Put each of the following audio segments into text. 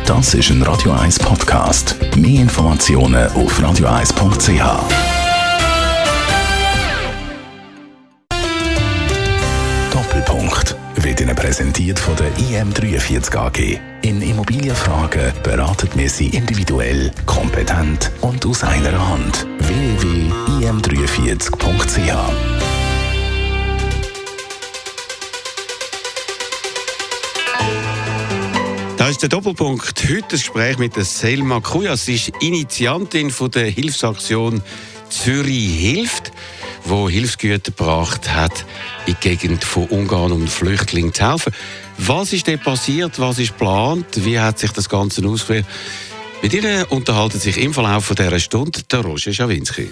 Das ist ein Radio 1 Podcast. Mehr Informationen auf radio1.ch. Doppelpunkt wird Ihnen präsentiert von der IM43 AG. In Immobilienfragen beraten wir Sie individuell, kompetent und aus einer Hand. www.im43.ch. Das ist der Doppelpunkt. Heute das Gespräch mit der Selma Kujas. Sie ist Initiantin von der Hilfsaktion Zürich hilft, wo Hilfsgüter gebracht hat in die Gegend von Ungarn, um den Flüchtlingen zu helfen. Was ist dort passiert? Was ist geplant? Wie hat sich das Ganze ausgewirkt? Mit ihr unterhalten sich im Verlauf dieser Stunde der Roger Schawinski.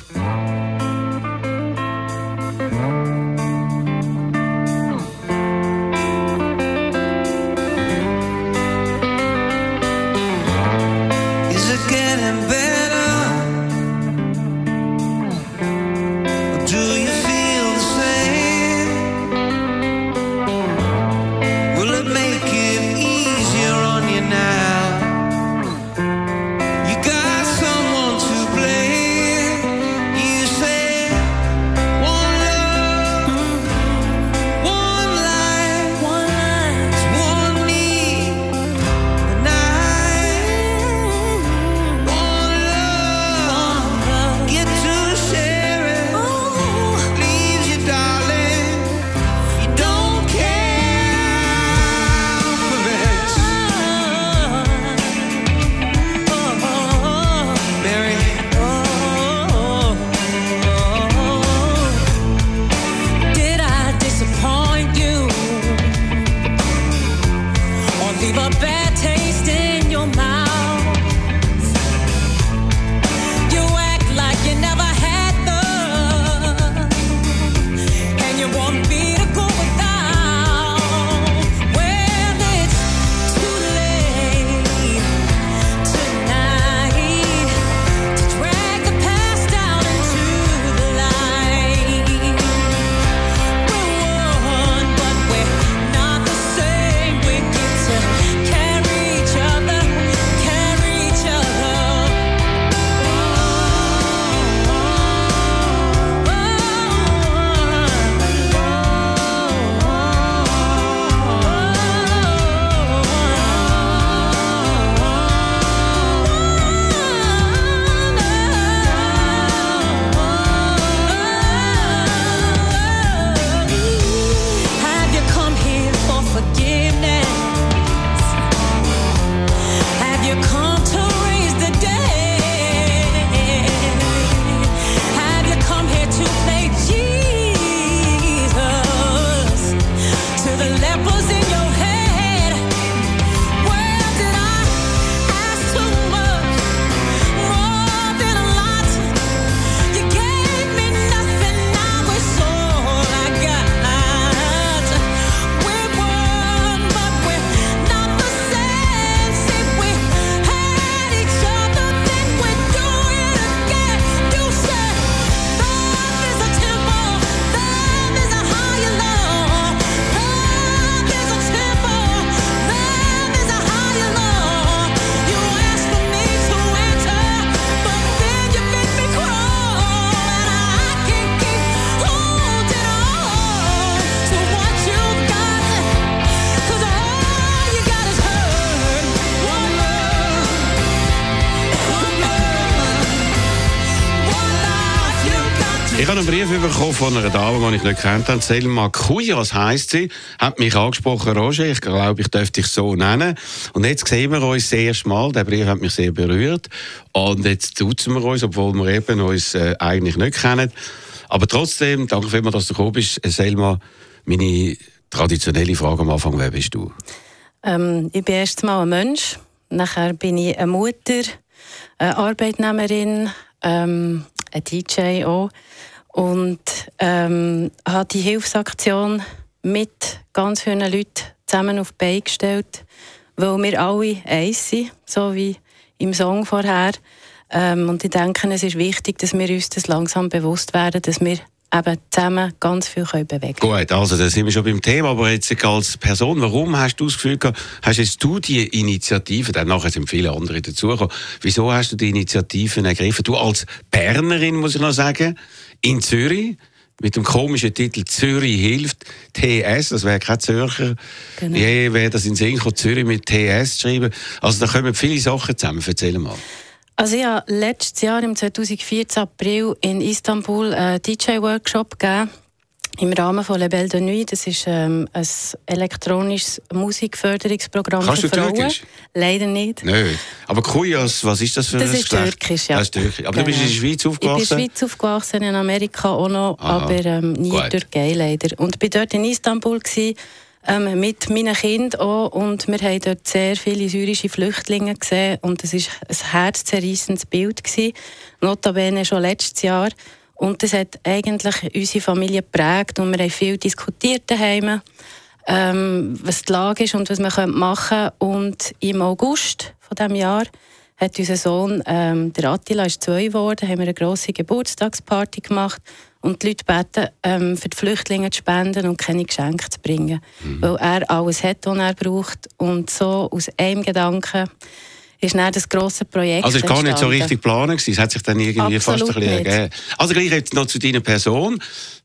Ich habe einen Brief bekommen von einer Dame, die ich nicht kennt habe. Selma Kujas heisst sie, hat mich angesprochen, Roger. Ich glaube, ich dürfte dich so nennen. Und jetzt sehen wir uns das erste Mal. Der Brief hat mich sehr berührt. Und jetzt duzen wir uns, obwohl wir eben uns eigentlich nicht kennen. Aber trotzdem, danke vielmals, dass du gekommen bist. Selma, meine traditionelle Frage am Anfang, wer bist du? Ich bin erst mal ein Mensch. Nachher bin ich eine Mutter, eine Arbeitnehmerin, ein DJ auch. Und habe die Hilfsaktion mit ganz vielen Leuten zusammen auf die Beine gestellt, weil wir alle eins sind, so wie im Song vorher. Und ich denke, es ist wichtig, dass wir uns das langsam bewusst werden, dass wir eben zusammen ganz viel bewegen können. Gut, also da sind wir schon beim Thema, aber jetzt als Person, warum hast du das Gefühl gehabt, hast jetzt du die Initiative, dann nachher sind viele andere dazugekommen, wieso hast du die Initiative ergriffen? Du als Bernerin, muss ich noch sagen, in Zürich, mit dem komischen Titel «Zürich hilft», TS, das wäre kein Zürcher. Genau. Je wäre das in den Sinn gekommen, Zürich mit TS schreiben. Also da kommen viele Sachen zusammen, erzähl mal. Also ich habe letztes Jahr, im 2014 April, in Istanbul einen DJ-Workshop gegeben, im Rahmen von Le Belle de Nuit. Das ist ein elektronisches Musikförderungsprogramm Kannst für du Frauen. Türkisch? Leider nicht. Nein. Aber Kuyas, was ist das für Das ein ist Geschlecht? Türkisch, ja. Das ist Türkisch. Aber du bist in der Schweiz aufgewachsen? Ich bin in der Schweiz aufgewachsen, in Amerika auch noch, Aha. aber nie in der Türkei leider. Und ich war dort in Istanbul mit meinen Kindern auch, und wir haben dort sehr viele syrische Flüchtlinge gesehen und es war ein herzzerreissendes Bild gewesen, notabene schon letztes Jahr, und das hat eigentlich unsere Familie geprägt und wir haben viel diskutiert daheim, was die Lage ist und was wir machen können. Und im August von diesem Jahr hat unser Sohn, der Attila, ist 2 geworden, haben wir eine grosse Geburtstagsparty gemacht und die Leute beten, für die Flüchtlinge zu spenden und keine Geschenke zu bringen. Weil er alles hat, was er braucht. Und so aus einem Gedanken ist dann das grosse Projekt Also es war gar nicht so entstanden. richtig geplant, es hat sich dann irgendwie Absolut fast ein bisschen nicht. ergeben. Also gleich jetzt noch zu deiner Person,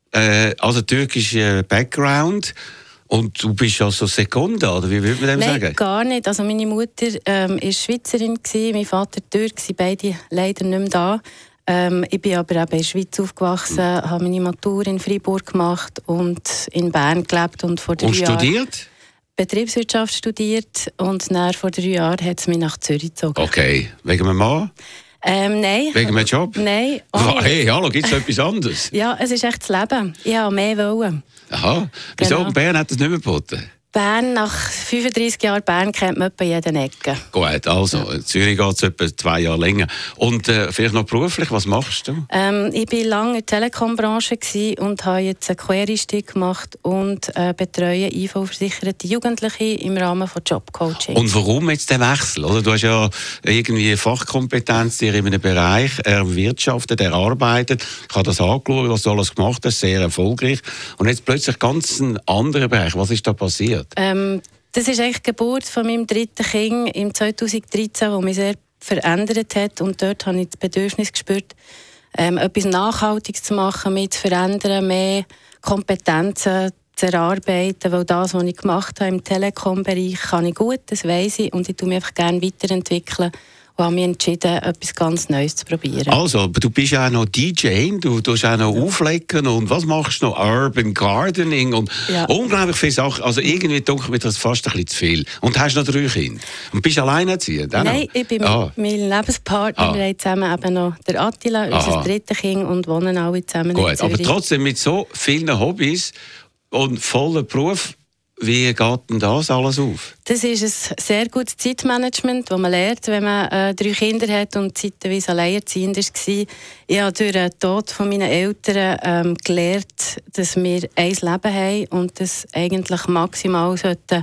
also türkischer Background. Und du bist also Sekunda, oder wie würde man dem Nein, sagen? gar nicht. Also meine Mutter war Schweizerin, mein Vater Türk, sind beide leider nicht mehr da. Ich bin aber eben in der Schweiz aufgewachsen, habe meine Matur in Freiburg gemacht und in Bern gelebt. Und vor 3 Und Jahren studiert? Betriebswirtschaft studiert und dann vor 3 Jahren hat es mich nach Zürich gezogen. Okay, wegen einem Mann? Nein. Wegen einem Job? Nein. Hey, hallo, gibt es etwas anderes? Ja, es ist echt das Leben. Ich wollte mehr wollen. Aha, wieso? Genau. Bern hat das nicht mehr geboten? Bern, nach 35 Jahren Bern kennt man etwa jeden Ecke. Gut, also, in Zürich geht es etwa 2 Jahre länger. Und vielleicht noch beruflich, was machst du? Ich war lange in der Telekom-Branche und habe jetzt einen Quereinstieg gemacht und betreue IV-versicherte Jugendliche im Rahmen von Jobcoaching. Und warum jetzt der Wechsel? Oder? Du hast ja irgendwie Fachkompetenz dir in einem Bereich erwirtschaftet, erarbeitet. Ich habe das angeschaut, was du alles gemacht hast, sehr erfolgreich. Und jetzt plötzlich ganz ein anderer Bereich. Was ist da passiert? Das ist eigentlich die Geburt von meinem 3. Kind im 2013, wo mich sehr verändert hat. Und dort habe ich das Bedürfnis gespürt, etwas Nachhaltiges zu machen, mich zu verändern, mehr Kompetenzen zu erarbeiten. Weil das, was ich gemacht habe im Telekom-Bereich, kann ich gut, das weiss ich. Und ich tue mich einfach gerne weiterentwickeln. Und habe mich entschieden, etwas ganz Neues zu probieren. Also, du bist ja auch noch DJ, du tust auch noch auflegen und was machst du noch? Urban Gardening und unglaublich viele Sachen. Also irgendwie denke mir das fast ein bisschen zu viel. Und hast noch 3 Kinder. Und bist du alleinerziehend? Nein, ich bin mit meinem Lebenspartner. Wir haben zusammen eben noch der Attila, unser 3. Kind, und wohnen alle zusammen in Zürich. Aber trotzdem mit so vielen Hobbys und voller Beruf, wie geht denn das alles auf? Das ist ein sehr gutes Zeitmanagement, das man lernt, wenn man 3 Kinder hat und zeitweise alleinerziehend war. Ich habe durch den Tod meiner Eltern gelernt, dass wir ein Leben haben und das eigentlich maximal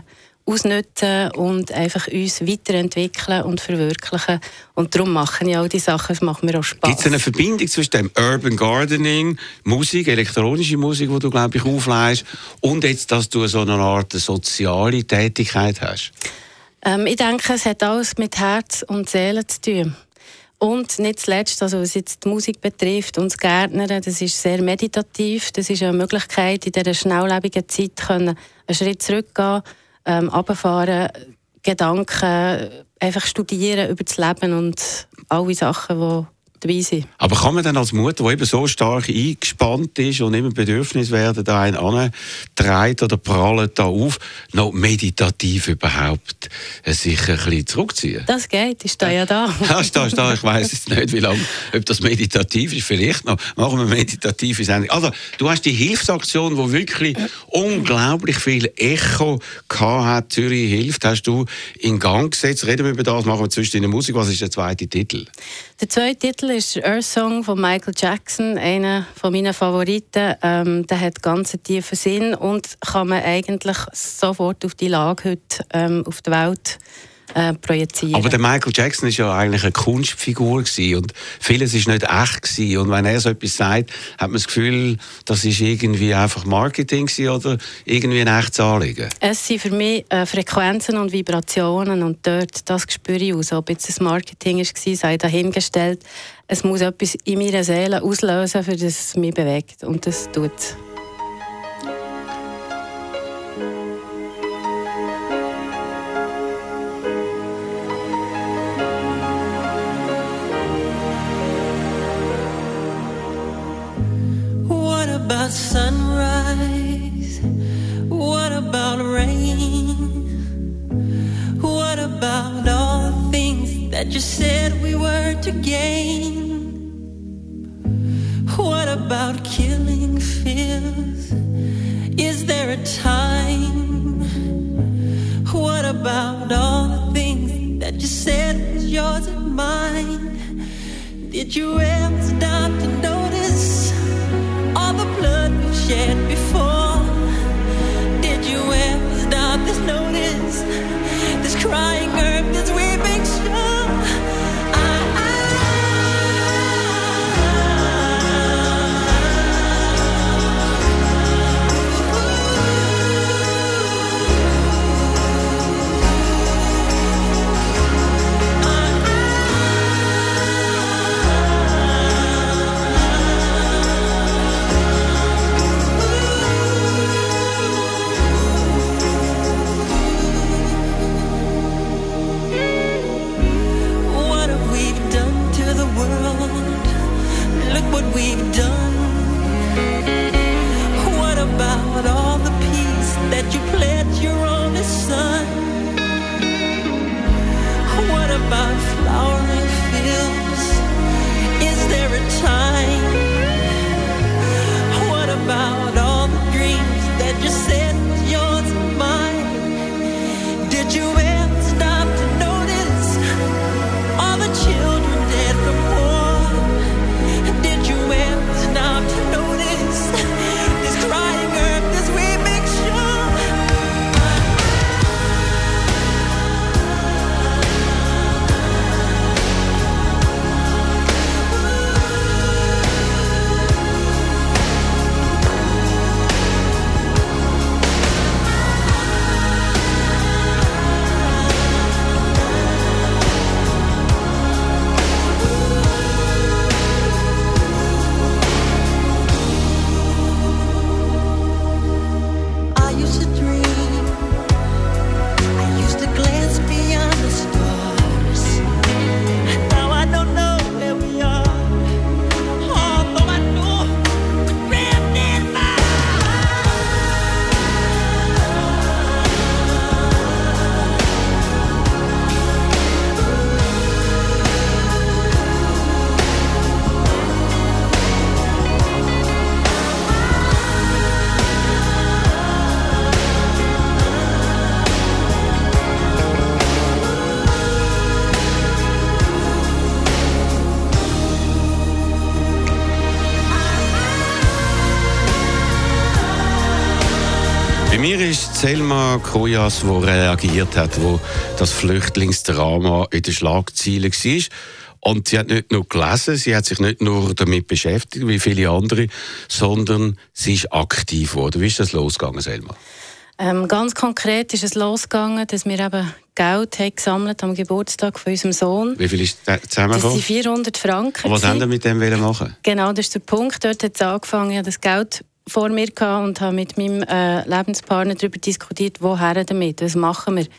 ausnutzen und einfach uns weiterentwickeln und verwirklichen. Und darum machen ich all die Sachen, es macht mir auch Spass. Gibt es eine Verbindung zwischen dem Urban Gardening, Musik, elektronische Musik, die du, glaube ich, auflegst, und jetzt, dass du so eine Art soziale Tätigkeit hast? Ich denke, es hat alles mit Herz und Seele zu tun. Und nicht zuletzt, also was jetzt die Musik betrifft und das Gärtnern, das ist sehr meditativ. Das ist eine Möglichkeit, in dieser schnelllebigen Zeit einen Schritt zurückgehen, runterfahren, Gedanken, einfach studieren über das Leben und alle Sachen, die dabei sind. Aber kann man dann als Mutter, die eben so stark eingespannt ist und immer Bedürfnis werden, da einen antreibt oder prallt da auf, noch meditativ überhaupt sich ein bisschen zurückziehen? Das geht, ich stehe ja da. Ja, stehst da. Ich weiss jetzt nicht, wie lange, ob das meditativ ist. Vielleicht noch. Machen wir meditative Sendung. Also, du hast die Hilfsaktion, die wirklich unglaublich viel Echo hat. Zürich hilft, hast du in Gang gesetzt. Reden wir über das, machen wir zwischen der Musik. Was ist der zweite Titel? Der zweite Titel ist der Earth Song von Michael Jackson, einer meiner Favoriten. Der hat ganz einen tiefen Sinn und kann man eigentlich sofort auf die Lage heute auf der Welt projizieren. Aber der Michael Jackson war ja eigentlich eine Kunstfigur gewesen und vieles war nicht echt gewesen. Und wenn er so etwas sagt, hat man das Gefühl, das ist irgendwie einfach Marketing gewesen oder irgendwie ein echtes Anliegen? Es sind für mich Frequenzen und Vibrationen und dort, das spüre ich aus. Ob jetzt das Marketing war, sei dahingestellt. Es muss etwas in meiner Seele auslösen, für das es mich bewegt. Und das tut es. About sunrise? What about rain? What about all the things that you said we were to gain? What about killing fears? Is there a time? What about all the things that you said was yours and mine? Did you ever stop to notice all the blood we've shed before? Did you ever stop to notice this crying earth, this weeping shore? Bei mir ist Selma Kojas, die reagiert hat, wo das Flüchtlingsdrama in den Schlagzeilen war. Und sie hat nicht nur gelesen, sie hat sich nicht nur damit beschäftigt, wie viele andere, sondern sie ist aktiv geworden. Wie ist das losgegangen, Selma? Ganz konkret ist es losgegangen, dass wir eben Geld haben gesammelt am Geburtstag von unserem Sohn. Wie viel ist zusammengekommen? Das sind 400 Franken. Und was haben wir mit dem machen? Genau, das ist der Punkt. Dort hat es angefangen, ich hatte das Geld vor mir und habe mit meinem Lebenspartner darüber diskutiert, woher damit, was machen wir.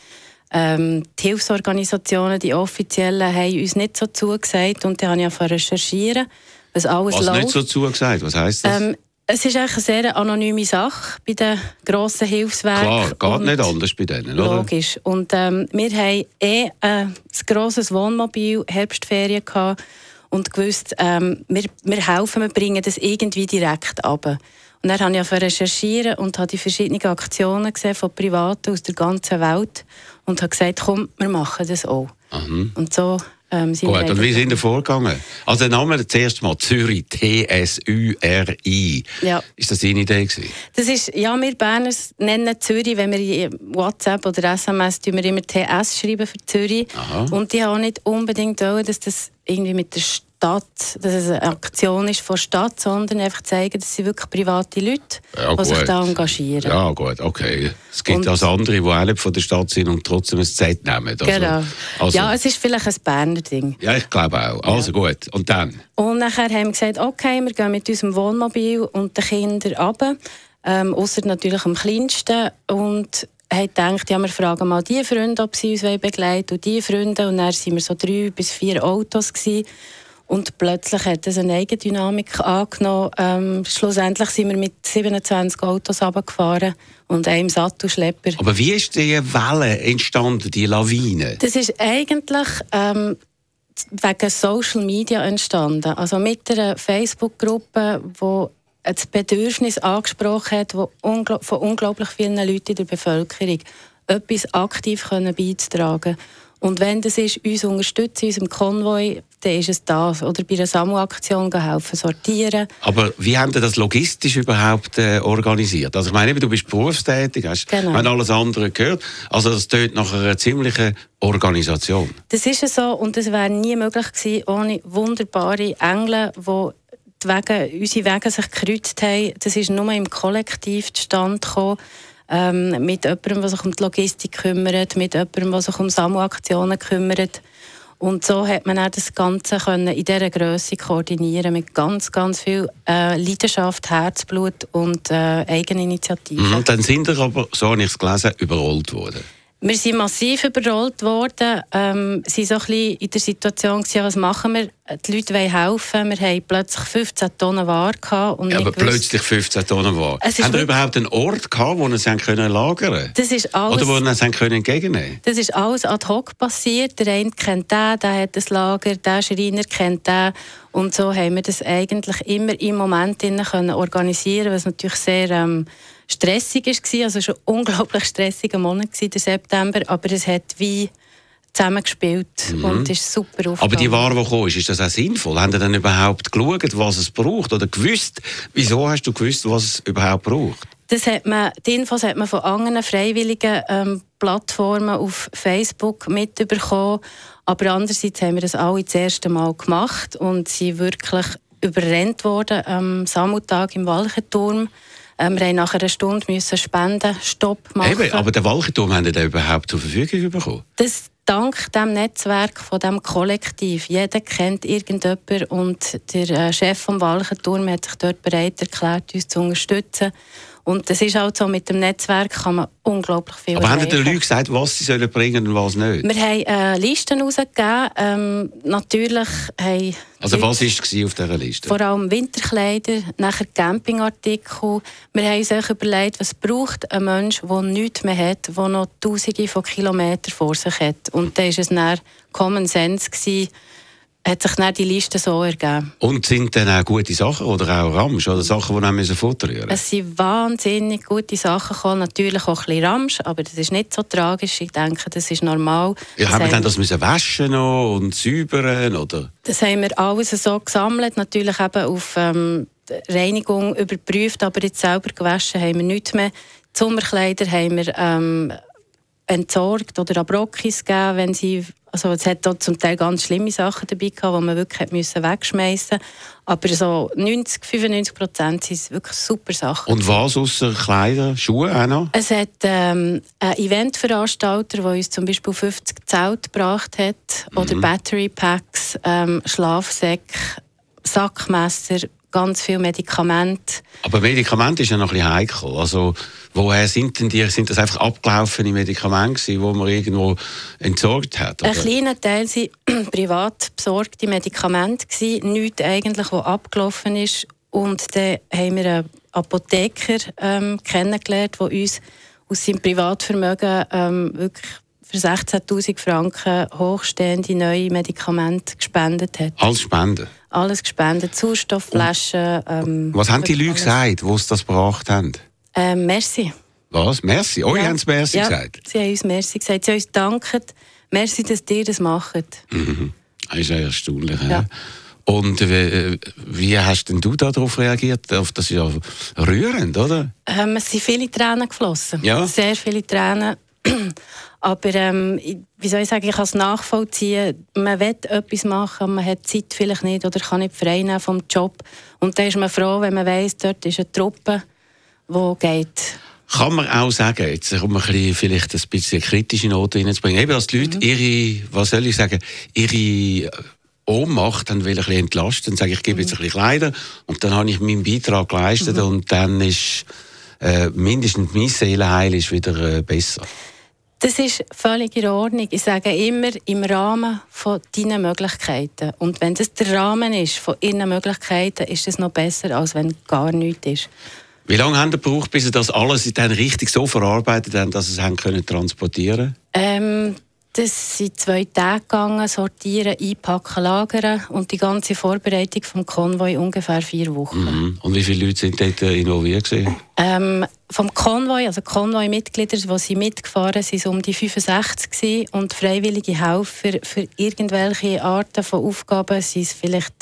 Die Hilfsorganisationen, die offiziellen, haben uns nicht so zugesagt und dann habe ich angefangen zu recherchieren, was alles läuft. Was nicht so zugesagt? Was heisst das? Es ist eigentlich eine sehr anonyme Sache bei den grossen Hilfswerken. Klar, geht nicht anders bei denen, oder? Logisch. Und wir haben ein grosses Wohnmobil, Herbstferien gehabt und gewusst, wir helfen, wir bringen das irgendwie direkt runter. Und dann habe ich angefangen zu recherchieren und habe die verschiedenen Aktionen gesehen von Privaten aus der ganzen Welt und habe gesagt, komm, wir machen das auch. Und so sind Gut, wir und wie sind wir vorgegangen? Also der Name zuerst mal Zürich, T-S-U-R-I. Ja. Ist das deine Idee gewesen? Das ist, ja, wir Berner nennen Zürich, wenn wir in WhatsApp oder SMS tun wir immer TS schreiben für Zürich. Aha. Und die haben nicht unbedingt wollen, dass das irgendwie mit der Stadt, dass es eine Aktion ist von der Stadt, sondern einfach zeigen, dass sie wirklich private Leute, die sich da engagieren. Ja, gut, okay. Es gibt also andere, die auch nicht von der Stadt sind und trotzdem ein Z nehmen. Also, Genau. Also, ja, es ist vielleicht ein Berner Ding. ja, ich glaube auch. Also gut, und dann? Und nachher haben wir gesagt, okay, wir gehen mit unserem Wohnmobil und den Kindern runter, ausser natürlich am kleinsten. Und haben gedacht, ja, wir fragen mal die Freunde, ob sie uns begleiten wollen, und die Freunde. Und dann waren wir so 3 bis 4 Autos gewesen. Und plötzlich hat es eine Eigendynamik angenommen. Schlussendlich sind wir mit 27 Autos runtergefahren und einem Sattelschlepper. Aber wie ist die Welle entstanden, die Lawine? Das ist eigentlich wegen Social Media entstanden. Also mit einer Facebook-Gruppe, die das Bedürfnis angesprochen hat, von unglaublich vielen Leuten in der Bevölkerung, etwas aktiv beizutragen. Und wenn das ist, uns unterstützen, in unserem Konvoi, dann ist es das. Oder bei einer Sammlaktion helfen, sortieren. Aber wie haben Sie das logistisch überhaupt organisiert? Also ich meine, du bist berufstätig, hast alles andere gehört. Also das tönt nach einer ziemlichen Organisation. Das ist so und das wäre nie möglich gewesen ohne wunderbare Engel, die unsere Wege sich gekreuzt haben. Das ist nur im Kollektiv zustande gekommen. Mit jemandem, der sich um die Logistik kümmert, mit jemandem, der sich um Sammelaktionen kümmert. Und so hat man auch das Ganze in dieser Grösse koordinieren, mit ganz, ganz viel Leidenschaft, Herzblut und Eigeninitiative. Und dann sind wir aber, so habe ich es gelesen, überrollt worden. Wir sind massiv überrollt worden. Sie waren so ein bisschen in der Situation, was machen wir? Die Leute wollen helfen. Wir hatten plötzlich 15 Tonnen Ware gehabt. Und ja, aber plötzlich 15 Tonnen Ware. Haben wir überhaupt einen Ort gehabt, wo sie es lagern können? Das ist alles, oder wo sie es entgegennehmen können? Das ist alles ad hoc passiert. Der eine kennt den, der hat das Lager, der Schreiner kennt den. Und so haben wir das eigentlich immer im Moment organisieren, was natürlich sehr stressig war. Also es war ein unglaublich stressiger Monat, der September, aber es hat wie zusammengespielt und ist super aufgegangen. Aber die Ware, die gekommen ist das auch sinnvoll? Haben Sie dann überhaupt geschaut, was es braucht? Oder gewusst, wieso hast du gewusst, was es überhaupt braucht? Die Infos hat man von anderen freiwilligen Plattformen auf Facebook mitbekommen. Aber andererseits haben wir das alle das erste Mal gemacht und sind wirklich überrennt worden am Sammeltag im Walchenturm. Wir mussten nach einer Stunde Spendenstopp machen. Eben, aber den Walchenturm haben Sie überhaupt zur Verfügung bekommen? Das dank dem Netzwerk, von dem Kollektiv. Jeder kennt irgendjemanden und der Chef vom Walchenturm hat sich dort bereit erklärt, uns zu unterstützen. Und das ist halt so, mit dem Netzwerk kann man unglaublich viel Aber erreichen. haben die Leute gesagt, was sie sollen bringen und was nicht? Wir haben Listen herausgegeben. Natürlich haben also was war auf dieser Liste? Vor allem Winterkleider, nachher Campingartikel. Wir haben uns auch überlegt, was braucht ein Mensch, der nichts mehr hat, der noch Tausende von Kilometern vor sich hat. Und da war es dann Common Sense gewesen, hat sich dann die Liste so ergeben. Und sind dann auch gute Sachen oder auch Ramsch oder Sachen, die man futterieren müssen? Es sind wahnsinnig gute Sachen gekommen, natürlich auch ein bisschen Ramsch, aber das ist nicht so tragisch. Ich denke, das ist normal. Ja, haben wir dann das müssen waschen noch und säubern, oder? Das haben wir alles so gesammelt, natürlich eben auf Reinigung überprüft, aber jetzt selber gewaschen haben wir nichts mehr. Die Sommerkleider haben wir entsorgt oder an Brockis gegeben, wenn sie, also es hat dort zum Teil ganz schlimme Sachen dabei gehabt, die man wirklich wegschmeißen musste. Aber so 90-95% sind es wirklich super Sachen. Und was ausser Kleider, Schuhe auch noch? Es hat einen Eventveranstalter, der uns zum Beispiel 50 Zelte gebracht hat, oder Battery Packs, Schlafsäcke, Sackmesser, ganz viele Medikamente. Aber Medikamente ist ja noch ein bisschen heikel. Also, woher sind denn die? Sind das einfach abgelaufene Medikamente, die man irgendwo entsorgt hat? Oder? Ein kleiner Teil waren privat besorgte Medikamente, nichts eigentlich, was abgelaufen ist. Und dann haben wir einen Apotheker kennengelernt, der uns aus seinem Privatvermögen wirklich für 16'000 Franken hochstehende neue Medikamente gespendet hat. Alles Spenden? Alles gespendet, Sauerstoffflaschen. Was haben die Leute gesagt, die das gebracht haben? Merci. Was? Merci? Euch haben sie Merci gesagt? Sie haben uns Merci gesagt. Sie haben uns gedankt, Merci, dass ihr das macht. Das ist ja erstaunlich. Ja. Und wie hast denn du darauf reagiert? Das ist ja rührend, oder? Es sind viele Tränen geflossen. Ja. Sehr viele Tränen. Aber wie soll ich sagen, ich kann es nachvollziehen. Man will etwas machen, man hat Zeit vielleicht nicht oder kann nicht frei nehmen vom Job. Und dann ist man froh, wenn man weiss, dort ist eine Truppe, die geht. Kann man auch sagen, jetzt um vielleicht ein bisschen kritische Note reinzubringen, eben, dass die Leute ihre Ohnmacht dann will ein bisschen entlasten, dann sage ich, gebe jetzt ein bisschen Kleider und dann habe ich meinen Beitrag geleistet und dann ist mindestens mein Seelenheil ist wieder besser. Das ist völlig in Ordnung. Ich sage immer, im Rahmen von deinen Möglichkeiten. Und wenn das der Rahmen ist von ihren Möglichkeiten, ist es noch besser, als wenn gar nichts ist. Wie lange haben Sie gebraucht, bis Sie das alles dann richtig so verarbeitet haben, dass Sie es haben können transportieren? Das sind 2 Tage gegangen, sortieren, einpacken, lagern und die ganze Vorbereitung vom Konvoi ungefähr 4 Wochen. Und wie viele Leute sind dort involviert gewesen? Vom Konvoi, also Konvoi-Mitglieder, die sie mitgefahren sind, um die 65 gewesen, und freiwillige Helfer für irgendwelche Arten von Aufgaben sind es vielleicht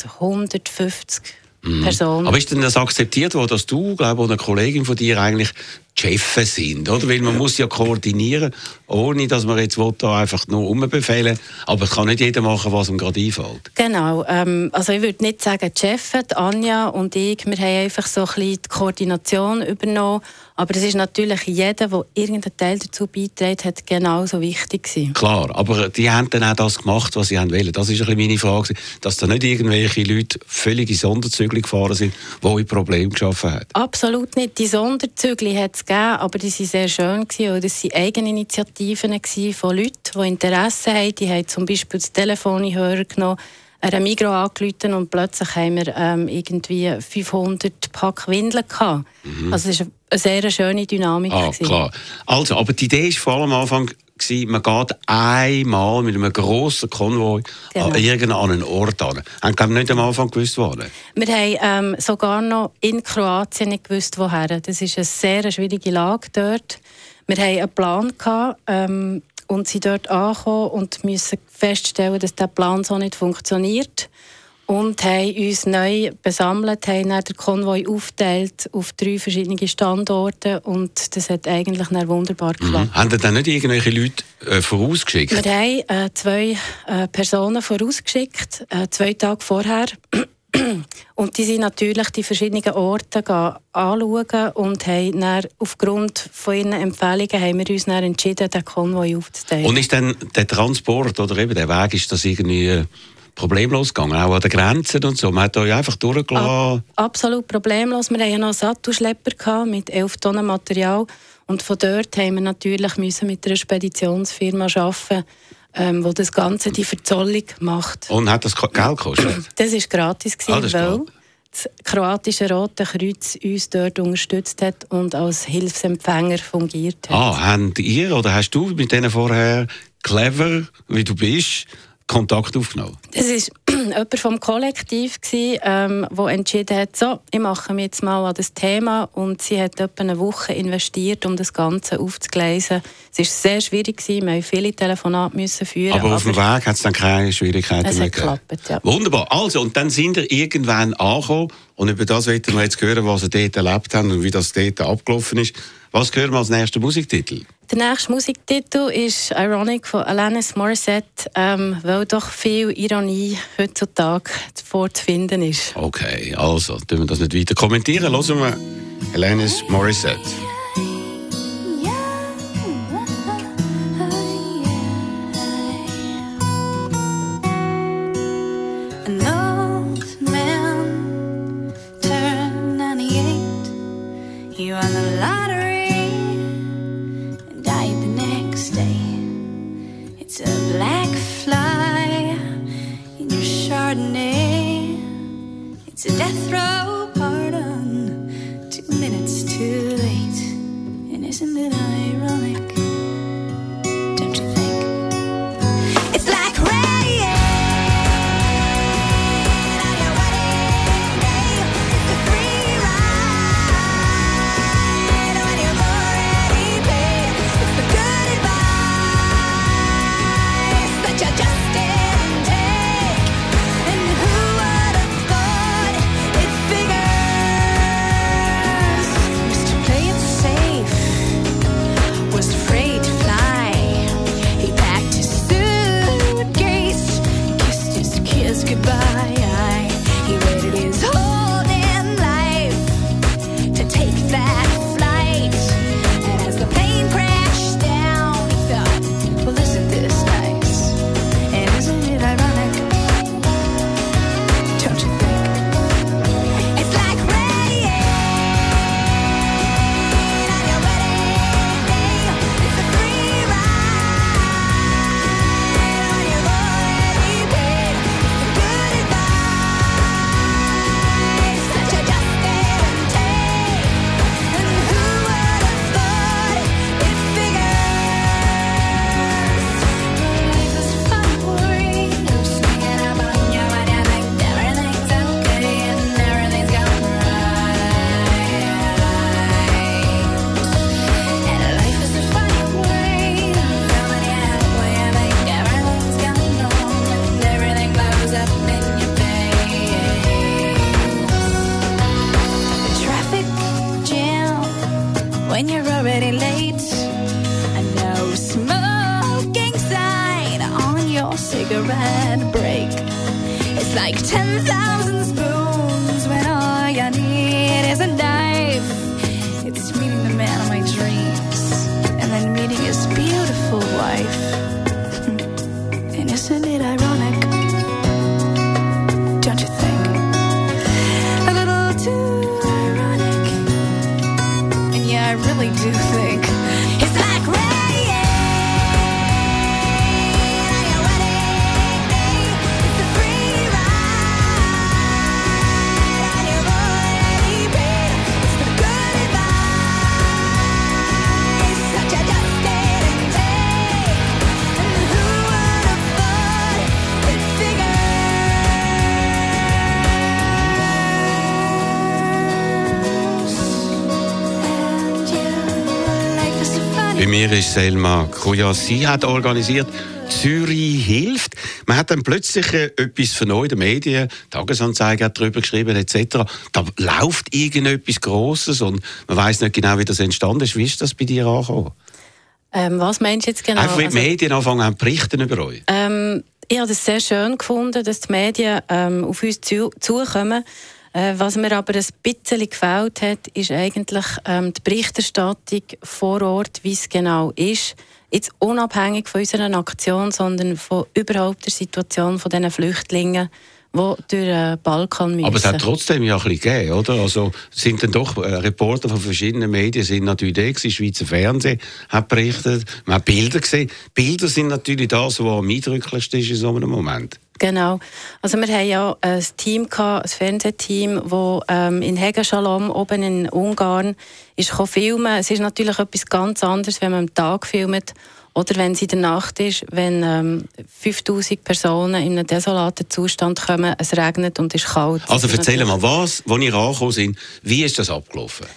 150 Personen. Aber ist denn das akzeptiert worden, dass du, glaube ich, eine Kollegin von dir eigentlich die Chefs sind, oder? Weil man muss ja koordinieren, ohne dass man jetzt da einfach nur umbefehlen. Aber es kann nicht jeder machen, was ihm gerade einfällt. Genau. Also ich würde nicht sagen, die Chefin, Anja und ich, wir haben einfach so ein bisschen die Koordination übernommen. Aber es ist natürlich jeder, der irgendeinen Teil dazu beiträgt, hat genauso wichtig gewesen. Klar, aber die haben dann auch das gemacht, was sie wollen. Das ist ein bisschen meine Frage, dass da nicht irgendwelche Leute völlig in Sonderzügel gefahren sind, die ein Problem geschaffen haben. Absolut nicht. Die Sonderzügel hat es gegeben, aber die waren sehr schön gewesen, weil das waren Eigeninitiativen von Leuten, die Interesse haben. Die haben zum Beispiel das Telefon in Hörer genommen, einer Migros angerufen und plötzlich haben wir irgendwie 500 Pack Windeln gehabt. Also es war eine sehr schöne Dynamik. Klar. Also, aber die Idee war vor allem am Anfang, man geht einmal mit einem grossen Konvoi an irgendeinen Ort an. Haben Sie nicht am Anfang gewusst, wo? Wir haben sogar noch in Kroatien nicht gewusst, woher. Das ist eine sehr schwierige Lage dort. Wir hatten einen Plan gehabt, und sind dort angekommen und müssen feststellen, dass dieser Plan so nicht funktioniert. Und haben uns neu besammelt, haben dann den Konvoi aufgeteilt auf 3 verschiedene Standorte und das hat eigentlich dann wunderbar geklappt. Haben Sie dann nicht irgendwelche Leute vorausgeschickt? Wir haben 2 Personen vorausgeschickt, 2 Tage vorher. Und die sind natürlich die verschiedenen Orte anschauen und haben dann, aufgrund von ihren Empfehlungen haben wir uns dann entschieden, den Konvoi aufzuteilen. Und ist dann der Transport oder eben der Weg, ist das irgendwie problemlos gegangen, auch an den Grenzen und so? Man hat euch einfach durchgelassen? Absolut problemlos. Wir hatten ja noch einen Sattelschlepper mit 11 Tonnen Material und von dort haben wir natürlich mit einer Speditionsfirma arbeiten, wo das Ganze die Verzollung macht. Und hat das Geld gekostet? Das war gratis, weil das kroatische Rote Kreuz uns dort unterstützt hat und als Hilfsempfänger fungiert hat. Habt ihr oder hast du mit denen vorher clever, wie du bist, Kontakt aufgenommen? Das war jemand vom Kollektiv, der entschieden hat, so, ich mache mich jetzt mal an das Thema. Und sie hat etwa eine Woche investiert, um das Ganze aufzugleisen. Es war sehr schwierig, wir mussten viele Telefonate führen. Aber auf dem Weg hat es dann keine Schwierigkeiten mehr gegeben? Es hat geklappt, ja. Wunderbar. Also, und dann sind wir irgendwann angekommen. Und über das wollen wir jetzt hören, was Sie dort erlebt haben und wie das dort abgelaufen ist. Was hören wir als nächsten Musiktitel? Der nächste Musiktitel ist «Ironic» von Alanis Morissette, weil doch viel Ironie heutzutage vorzufinden ist. Okay, also, tun wir das nicht weiter kommentieren. Hören wir Alanis Morissette. You won the lottery and died the next day. It's a black fly in your Chardonnay. It's a death row pardon, 2 minutes too late. And isn't it ironic? Don't you think? It's like rain on your wedding day. It's a free ride when you've already paid. It's the good advice can't break. It's like 10,000 spoons when all you need is a knife. It's meeting the man of my dreams and then meeting his beautiful wife. And isn't it ironic? Don't you think? A little too ironic. And yeah, I really do think it's like rain on your wedding day. It's a free ride on your morning pain. It's the good advice that you just didn't take. And who would have thought it Bei mir ist Selma Kouias. Sie hat organisiert «Zürich hilft». Man hat dann plötzlich etwas vernommen in den Medien, Tagesanzeiger hat darüber geschrieben etc. Da läuft irgendetwas Grosses und man weiss nicht genau, wie das entstanden ist. Wie ist das bei dir angekommen? Was meinst du jetzt genau? Einfach wie die Medien anfangen zu berichten über euch. Ich habe es sehr schön gefunden, dass die Medien auf uns zukommen. Was mir aber ein bisschen gefällt hat, ist eigentlich die Berichterstattung vor Ort, wie es genau ist. Jetzt unabhängig von unserer Aktion, sondern von überhaupt der Situation von diesen Flüchtlingen, die durch den Balkan müssen. Aber es hat trotzdem ja ein bisschen gegeben, oder? Also sind dann doch Reporter von verschiedenen Medien sind natürlich da gewesen. Schweizer Fernsehen hat berichtet, man hat Bilder gesehen. Bilder sind natürlich das, was am eindrücklichsten ist in so einem Moment. Genau. Also wir haben ja ein Team gehabt, ein Fernsehteam, das in Hegeschalom oben in Ungarn ist filmen. Es ist natürlich etwas ganz anderes, wenn man am Tag filmt oder wenn es in der Nacht ist, wenn 5000 Personen in einem desolaten Zustand kommen, es regnet und es ist kalt. Also erzähl mal, als ihr angekommen sind, wie ist das abgelaufen?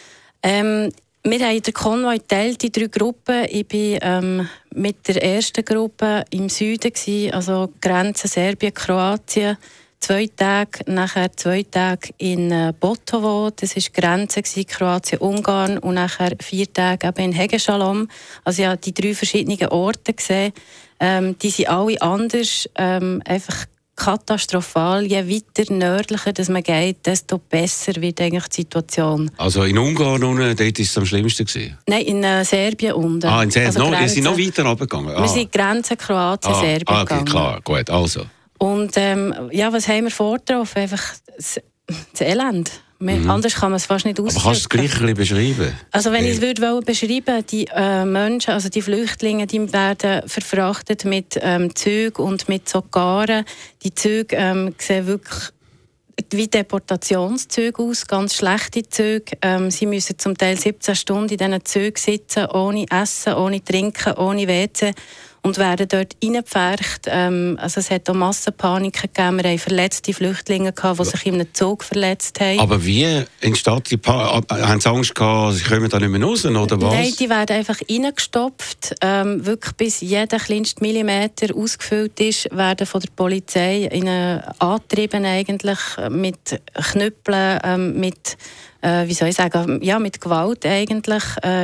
Wir haben den Konvoi geteilt in 3 Gruppen. Ich war mit der ersten Gruppe im Süden, also Grenze Serbien-Kroatien. 2 Tage, nachher 2 Tage in Botovo, das war die Grenze Kroatien-Ungarn, und nachher 4 Tage eben in Hegeschalom. Also ich habe die 3 verschiedenen Orte gesehen. Die sind alle anders, einfach katastrophal. Je weiter nördlicher dass man geht, desto besser wird eigentlich die Situation. Also in Ungarn unten, dort war es am schlimmsten gewesen? Nein, in Serbien unten. Ah, in Serbien. Also Wir sind noch weiter runtergegangen? Wir sind Grenze Kroatien-Serbien okay, gegangen. Klar, gut, also. Und ja, was haben wir vorgetroffen? Einfach das Elend. Anders kann man es fast nicht ausdrücken. Aber kannst du es gleich ein bisschen beschreiben? Also wenn ich es beschreiben, die Menschen, also die Flüchtlinge, die werden verfrachtet mit Zügen und mit Sokaren. Die Züge sehen wirklich wie Deportationszüge aus, ganz schlechte Züge. Sie müssen zum Teil 17 Stunden in diesen Zügen sitzen, ohne Essen, ohne Trinken, ohne WC. Und werden dort reingepfercht. Also es hat auch Massenpanik gegeben. Wir haben verletzte Flüchtlinge gehabt, die sich in einem Zug verletzt haben. Aber wie entsteht die Panik? Haben sie Angst gehabt, sie kommen da nicht mehr raus, oder was? Nein, die werden einfach reingestopft. Wirklich bis jeder kleinste Millimeter ausgefüllt ist, werden von der Polizei angetrieben eigentlich, mit Knüppeln, mit, wie soll ich sagen, ja, mit Gewalt eigentlich,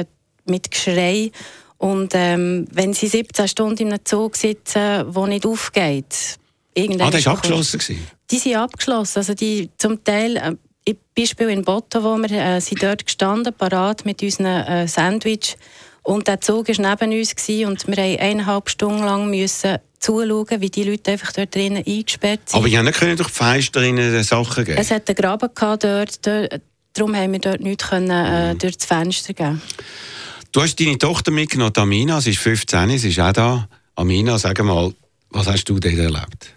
mit Geschrei. Und wenn sie 17 Stunden in einem Zug sitzen, der nicht aufgeht... das war abgeschlossen? Die sind abgeschlossen. Also die, zum Teil, Beispiel in Botovo, wir sind dort gestanden, parat mit unseren Sandwich. Und der Zug war neben uns und wir mussten 1,5 Stunden lang zuschauen, wie die Leute einfach dort drinnen eingesperrt sind. Aber ihr könnt nicht durch die Fenster Sachen geben? Es hat einen Graben gehabt dort, darum haben wir dort nichts durch das Fenster geben. Du hast deine Tochter mitgenommen, Amina, sie ist 15, sie ist auch da. Amina, sag mal, was hast du dort erlebt?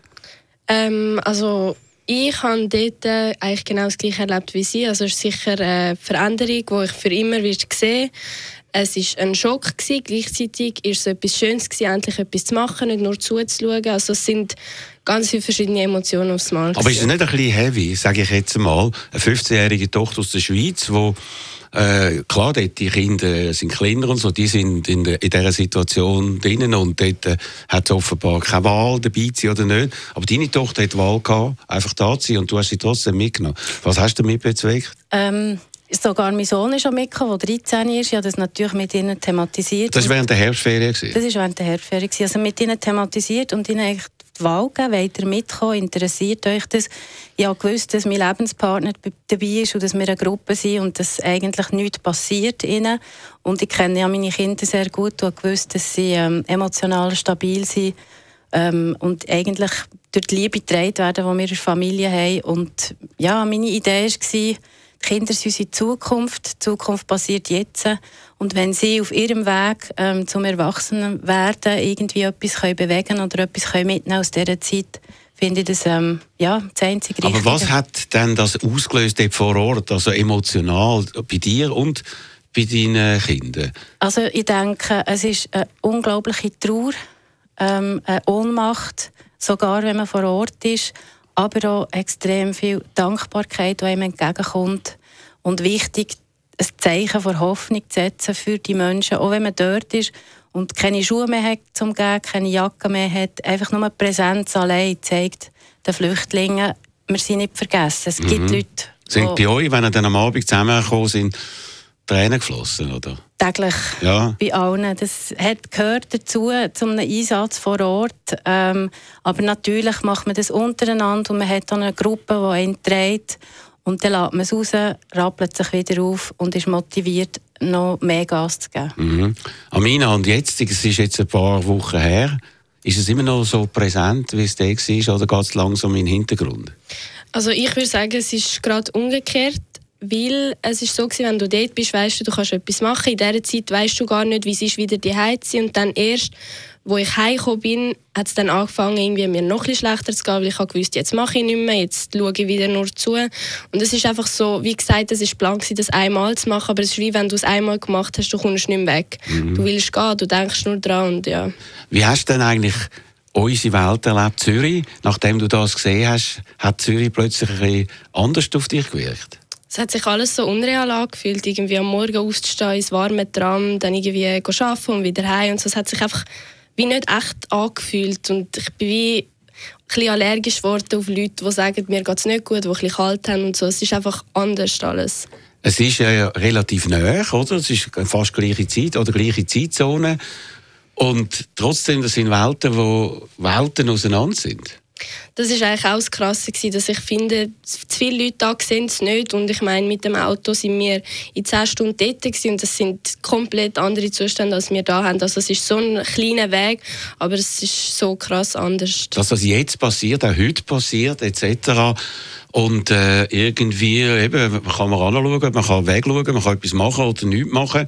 Also ich habe dort eigentlich genau das Gleiche erlebt wie sie. Also es ist sicher eine Veränderung, die ich für immer sehen. Es war ein Schock gewesen. Gleichzeitig war es etwas Schönes gewesen, endlich etwas zu machen, nicht nur zuzuschauen. Also es sind ganz viele verschiedene Emotionen aufs Mal. Aber ist es nicht ein bisschen heavy, sage ich jetzt mal, eine 15-jährige Tochter aus der Schweiz, die klar, dort die Kinder sind kleiner und so, die sind in dieser Situation drinnen und dort hat es offenbar keine Wahl, dabei zu sein oder nicht. Aber deine Tochter hat die Wahl gehabt, einfach da zu sein und du hast sie trotzdem mitgenommen. Was hast du damit bezweckt? Sogar mein Sohn ist schon mitgekommen, der 13 ist. Ich habe das natürlich mit ihnen thematisiert. Das war während der Herbstferien? Das war während der Herbstferien. Also mit ihnen thematisiert und ihnen eigentlich die Wahl geben, wollt ihr mitkommen, interessiert euch das? Ich habe gewusst, dass mein Lebenspartner dabei ist und dass wir eine Gruppe sind und dass eigentlich nichts passiert ihnen. Und ich kenne ja meine Kinder sehr gut und habe gewusst, dass sie emotional stabil sind und eigentlich durch die Liebe getragen werden, die wir in der Familie haben. Und ja, meine Idee war, die Kinder sind unsere Zukunft. Die Zukunft passiert jetzt. Und wenn sie auf ihrem Weg zum Erwachsenenwerden irgendwie etwas bewegen können oder etwas mitnehmen aus dieser Zeit, finde ich das das einzige Richtige. Aber was hat denn das ausgelöst dort vor Ort, also emotional, bei dir und bei deinen Kindern? Also ich denke, es ist eine unglaubliche Trauer, eine Ohnmacht, sogar wenn man vor Ort ist, aber auch extrem viel Dankbarkeit, die einem entgegenkommt. Und wichtig, ein Zeichen von Hoffnung zu setzen für die Menschen, auch wenn man dort ist und keine Schuhe mehr hat zum Geben, keine Jacke mehr hat. Einfach nur die Präsenz allein zeigt den Flüchtlingen, wir sind nicht vergessen. Es gibt Leute, sind bei euch, wenn ihr dann am Abend zusammengekommen sind, Tränen geflossen, oder? Täglich, ja. Bei allen. Das gehört dazu, zu einem Einsatz vor Ort. Aber natürlich macht man das untereinander und man hat dann eine Gruppe, die einen trägt. Und dann lässt man es raus, rappelt sich wieder auf und ist motiviert, noch mehr Gas zu geben. Mhm. Amina, und jetzt, es ist jetzt ein paar Wochen her, ist es immer noch so präsent, wie es da war, oder geht es langsam in den Hintergrund? Also ich würde sagen, es ist gerade umgekehrt, weil es ist so gewesen, wenn du dort bist, weißt du kannst etwas machen. In dieser Zeit weißt du gar nicht, wie es ist, wieder daheim zu sein. Und dann erst, wo ich heimgekommen bin, hat es dann angefangen, irgendwie mir noch ein bisschen schlechter zu gehen, weil ich habe gewusst, jetzt mache ich nicht mehr, jetzt schaue ich wieder nur zu. Und es ist einfach so, wie gesagt, es war Plan, das einmal zu machen, aber es ist wie, wenn du es einmal gemacht hast, du kommst nicht mehr weg. Du willst gehen, du denkst nur dran und ja. Wie hast du denn eigentlich unsere Welt erlebt, Zürich? Nachdem du das gesehen hast, hat Zürich plötzlich ein bisschen anders auf dich gewirkt? Es hat sich alles so unreal angefühlt, irgendwie am Morgen aufzustehen, ins warme Tram, dann irgendwie arbeiten und wieder heim. Und so, es hat sich einfach wie nicht echt angefühlt. Und ich bin wie ein bisschen allergisch geworden auf Leute, die sagen, mir geht es nicht gut, die ein bisschen kalt haben und so. Es ist einfach anders alles. Es ist relativ nahe, oder? Es ist fast gleiche Zeit oder gleiche Zeitzone. Und trotzdem, das sind Welten, wo Welten auseinander sind. Das war eigentlich auch das Krasse, dass ich finde, zu viele Leute da sehen es nicht. Und ich meine, mit dem Auto sind wir in 10 Stunden dort gewesen, und das sind komplett andere Zustände, als wir da haben. Also es ist so ein kleiner Weg, aber es ist so krass anders. Dass das jetzt passiert, auch heute passiert, etc. Und irgendwie eben, kann man anschauen, man kann wegschauen, man kann etwas machen oder nichts machen.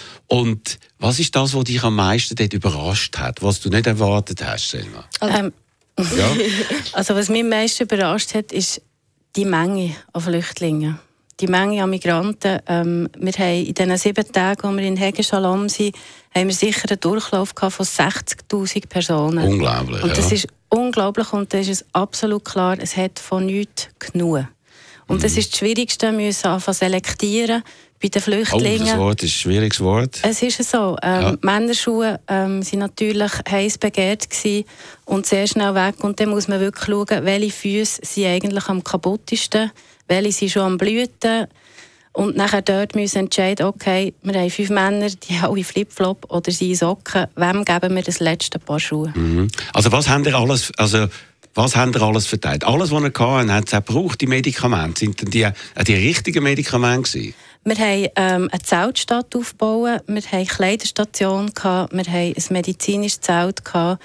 Und was ist das, was dich am meisten dort überrascht hat, was du nicht erwartet hast, Selma? Ja. Also was mich am meisten überrascht hat, ist die Menge an Flüchtlingen. Die Menge an Migranten. Wir haben in diesen 7 Tagen, als wir in Hegeschalom sind, haben wir sicher einen Durchlauf von 60'000 Personen. Unglaublich, und das ist unglaublich und da ist es absolut klar, es hat von nichts genug. Und das ist das Schwierigste, wir müssen anfangen selektieren bei den Flüchtlingen. Das Wort ist ein schwieriges Wort. Es ist so. Männerschuhe waren natürlich heiß begehrt gewesen und sehr schnell weg. Und dann muss man wirklich schauen, welche Füße sind eigentlich am kaputtesten, welche sind schon am Blüten. Und nachher dort müssen wir entscheiden, okay, wir haben 5 Männer, die haben alle Flipflop oder sie in Socken. Wem geben wir das letzte Paar Schuhe? Also was haben ihr alles... Was habt ihr alles verteilt? Alles, was ihr hattet, hat es auch gebraucht, die Medikamente. Sind denn die richtigen Medikamente gewesen? Wir haben eine Zeltstadt aufgebaut, wir haben eine Kleiderstation, wir haben ein medizinisches Zelt,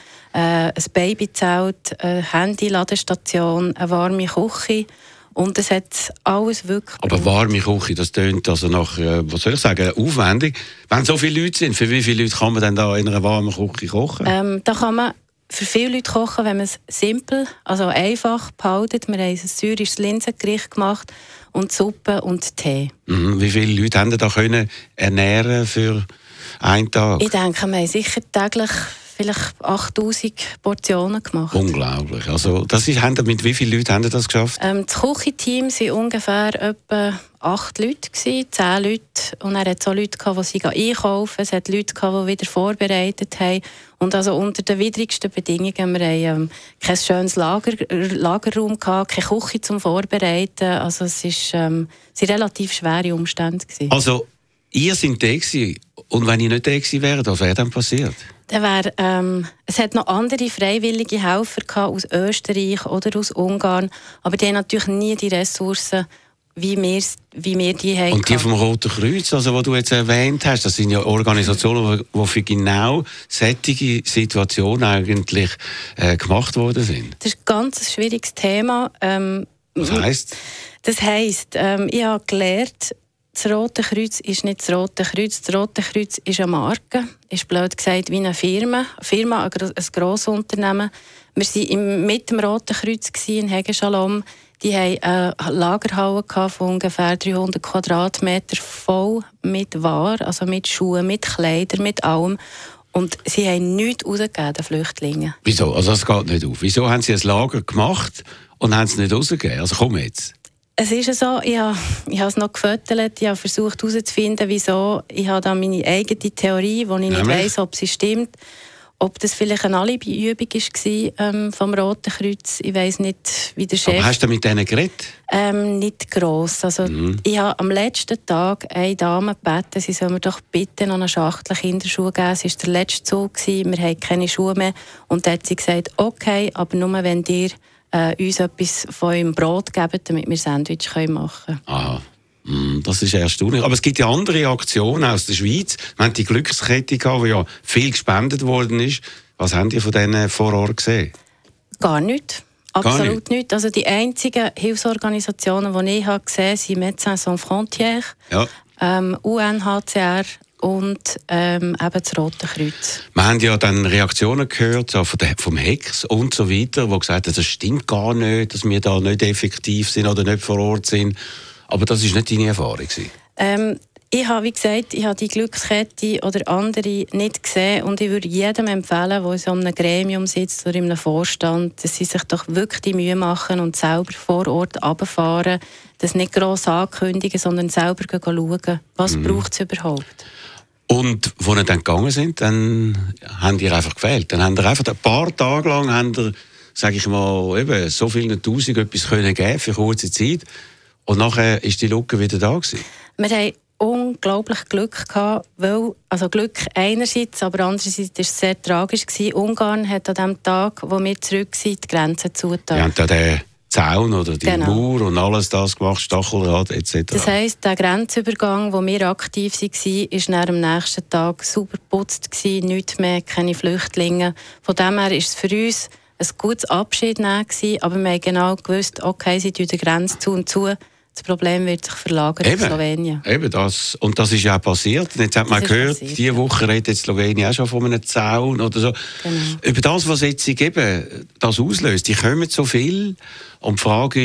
ein Babyzelt, eine Handy-Ladestation, eine warme Küche. Und es hat alles wirklich... Aber warme Küche, das tönt also nach, was soll ich sagen, aufwendig. Wenn so viele Leute sind, für wie viele Leute kann man denn da in einer warmen Küche kochen? Da kann man für viele Leute kochen, wenn man es simpel, also einfach behaltet. Wir haben ein syrisches Linsengericht gemacht und Suppe und Tee. Wie viele Leute haben da können ernähren für einen Tag? Ich denke, wir haben sicher täglich vielleicht 8000 Portionen gemacht. Unglaublich. Also, mit wie vielen Leuten haben Sie das geschafft? Das Küchenteam waren ungefähr etwa 8 Leute, 10 Leute. Und dann hat es auch Leute, die einkaufen. Es hat Leute, die wieder vorbereitet haben. Und also unter den widrigsten Bedingungen. Wir haben kein schönes Lagerraum gehabt, keine Küche zum Vorbereiten. Also es waren relativ schwere Umstände. Also, ihr seid da gewesen. Und wenn ihr nicht da gewesen wäret, was wäre dann passiert? Es hat noch andere freiwillige Helfer gehabt, aus Österreich oder aus Ungarn, aber die haben natürlich nie die Ressourcen, wie wir die haben. Und die vom Roten Kreuz, also die du jetzt erwähnt hast, das sind ja Organisationen, die für genau solche Situationen eigentlich gemacht worden sind. Das ist ein ganz schwieriges Thema. Was heisst? Das heisst, ich habe gelernt, das Rote Kreuz ist nicht das Rote Kreuz. Das Rote Kreuz ist eine Marke, ist blöd gesagt wie eine Firma, ein Grossunternehmen. Wir waren mit dem Roten Kreuz in Hegenschalom. Die hatten eine Lagerhalle von ungefähr 300 Quadratmeter voll mit Ware, also mit Schuhen, mit Kleidern, mit allem. Und sie haben nichts rausgegeben, den Flüchtlingen. Wieso? Also das geht nicht auf. Wieso haben sie ein Lager gemacht und haben es nicht rausgegeben? Also komm jetzt. Es ist so, ich habe es noch gefüttert, ich habe versucht herauszufinden, wieso. Ich habe da meine eigene Theorie, die ich nicht weiss, ob sie stimmt. Ob das vielleicht eine Alibi-Übung war vom Roten Kreuz, ich weiss nicht, wie der Chef... Aber hast du mit denen geredet? Nicht gross. Also, ich habe am letzten Tag eine Dame gebeten, sie soll mir doch bitte noch eine Schachtel Kinderschuhe geben. Es war der letzte Zug, wir haben keine Schuhe mehr. Und dann hat sie gesagt, okay, aber nur wenn ihr uns etwas von eurem Brot gebt, damit wir Sandwich machen können. Aha. Das ist erstaunlich. Aber es gibt ja andere Aktionen aus der Schweiz. Wir haben die Glückskette gehabt, wo ja viel gespendet worden ist. Was haben die von denen vor Ort gesehen? Gar nichts. Absolut nicht. Also die einzigen Hilfsorganisationen, die ich habe gesehen habe, sind Médecins Sans Frontières, UNHCR und eben das Rote Kreuz. Wir haben ja dann Reaktionen gehört so vom Hex und so weiter, die gesagt haben, das stimmt gar nicht, dass wir da nicht effektiv sind oder nicht vor Ort sind. Aber das war nicht deine Erfahrung? Ich habe, wie gesagt, die Glückskette oder andere nicht gesehen und ich würde jedem empfehlen, der in so einem Gremium sitzt oder in einem Vorstand, dass sie sich doch wirklich die Mühe machen und selber vor Ort runterfahren, das nicht gross ankündigen, sondern selber schauen, was braucht es überhaupt. Und als ihr dann gegangen sind, dann habt ihr einfach gewählt. Dann habt ihr einfach ein paar Tage lang, sage ich mal, eben so viele Tausend etwas können geben für kurze Zeit. Und nachher war die Lücke wieder da gewesen. Wir haben unglaublich Glück gehabt, also Glück einerseits, aber andererseits war es sehr tragisch gewesen. Ungarn hat an dem Tag, wo wir zurück sind, die Grenzen zugetan. Wir haben da den Zaun oder die Mauer und alles das gemacht, Stachelrad etc. Das heisst, der Grenzübergang, wo wir aktiv waren, war am nächsten Tag super geputzt, nichts mehr, keine Flüchtlinge. Von dem her war es für uns ein gutes Abschied nehmen, aber wir haben genau gewusst, okay, sie tun die Grenze zu und zu. Das Problem wird sich verlagern auf Slowenien. Eben das. Und das ist ja auch passiert. Jetzt hat man gehört, diese Woche redet jetzt Slowenien auch schon von einem Zaun oder so. Genau. Über das, was jetzt eben das auslöst. Die kommen so viel. Und die Frage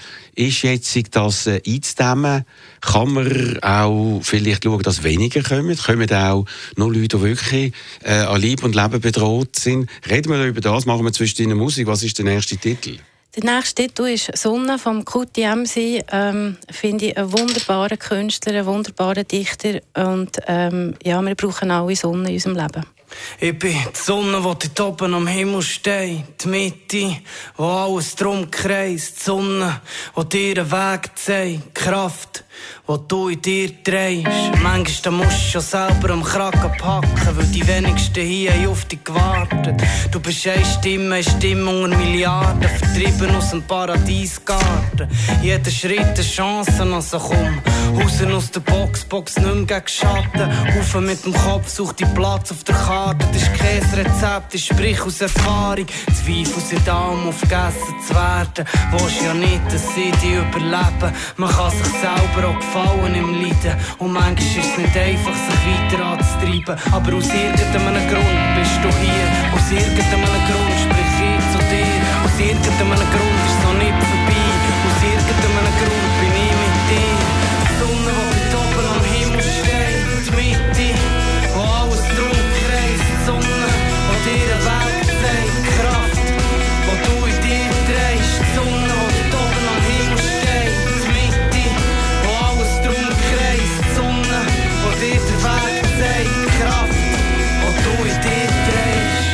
ist jetzt das einzudämmen? Kann man auch vielleicht schauen, dass weniger kommen? Kommen auch nur Leute, die wirklich an Leib und Leben bedroht sind? Reden wir über das, machen wir zwischen den Musik. Was ist der nächste Titel? Der nächste Titel ist «Sonne» vom Kuti Emsi. Finde ich einen wunderbaren Künstler, einen wunderbaren Dichter. Und wir brauchen alle Sonne in unserem Leben. Ich bin die Sonne, die dort oben am Himmel steht, die Mitte, wo alles drum kreist, die Sonne, die dir den Weg zeigt, die Kraft, die du in dir drehst. Manchmal musst du schon selber am Kragen packen, weil die wenigsten hier haben auf dich gewartet. Du bist eine Stimme unter Milliarden, vertrieben aus dem Paradiesgarten. Jeder Schritt eine Chance, also komm, raus aus der Box nicht mehr gegen Schatten. Rauf mit dem Kopf, such die Platz auf der Karte. Das ist kein Rezept, ich sprich aus Erfahrung. Zweifel sind da, um aufgegessen zu werden. Willst ja nicht, dass sie dich überleben. Man kann sich selber auch gefallen im Leiden. Und manchmal ist es nicht einfach, sich weiter anzutreiben. Aber aus irgendeinem Grund bist du hier. Aus irgendeinem Grund sprich ich zu dir. Aus irgendeinem Grund ist es noch nicht vorbei. Aus irgendeinem Grund bin ich mit dir. Die Sonne, die dort oben am Himmel steht, die Mitte, wo alles drum kreist. Die Sonne, die dir den Weg zeigt, die Kraft, die du in dir drehst. Die Sonne, die dort oben am Himmel steht, die Mitte, wo alles drum kreist. Die Sonne, die dir den Weg zeigt, die Kraft, die du in dir drehst.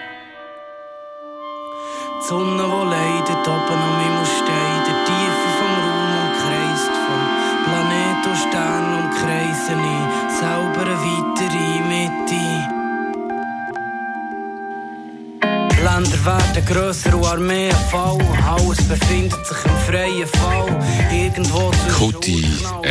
Die Sonne, die leidet, oben am Himmel steht, der Tiefe vom Raum umkreist, vom Planet und Stern umkreisen ich, selber eine weitere Mitte. Länder werden grösser und Armeen fallen. Alles befindet sich im freien Fall. Irgendwo Kuti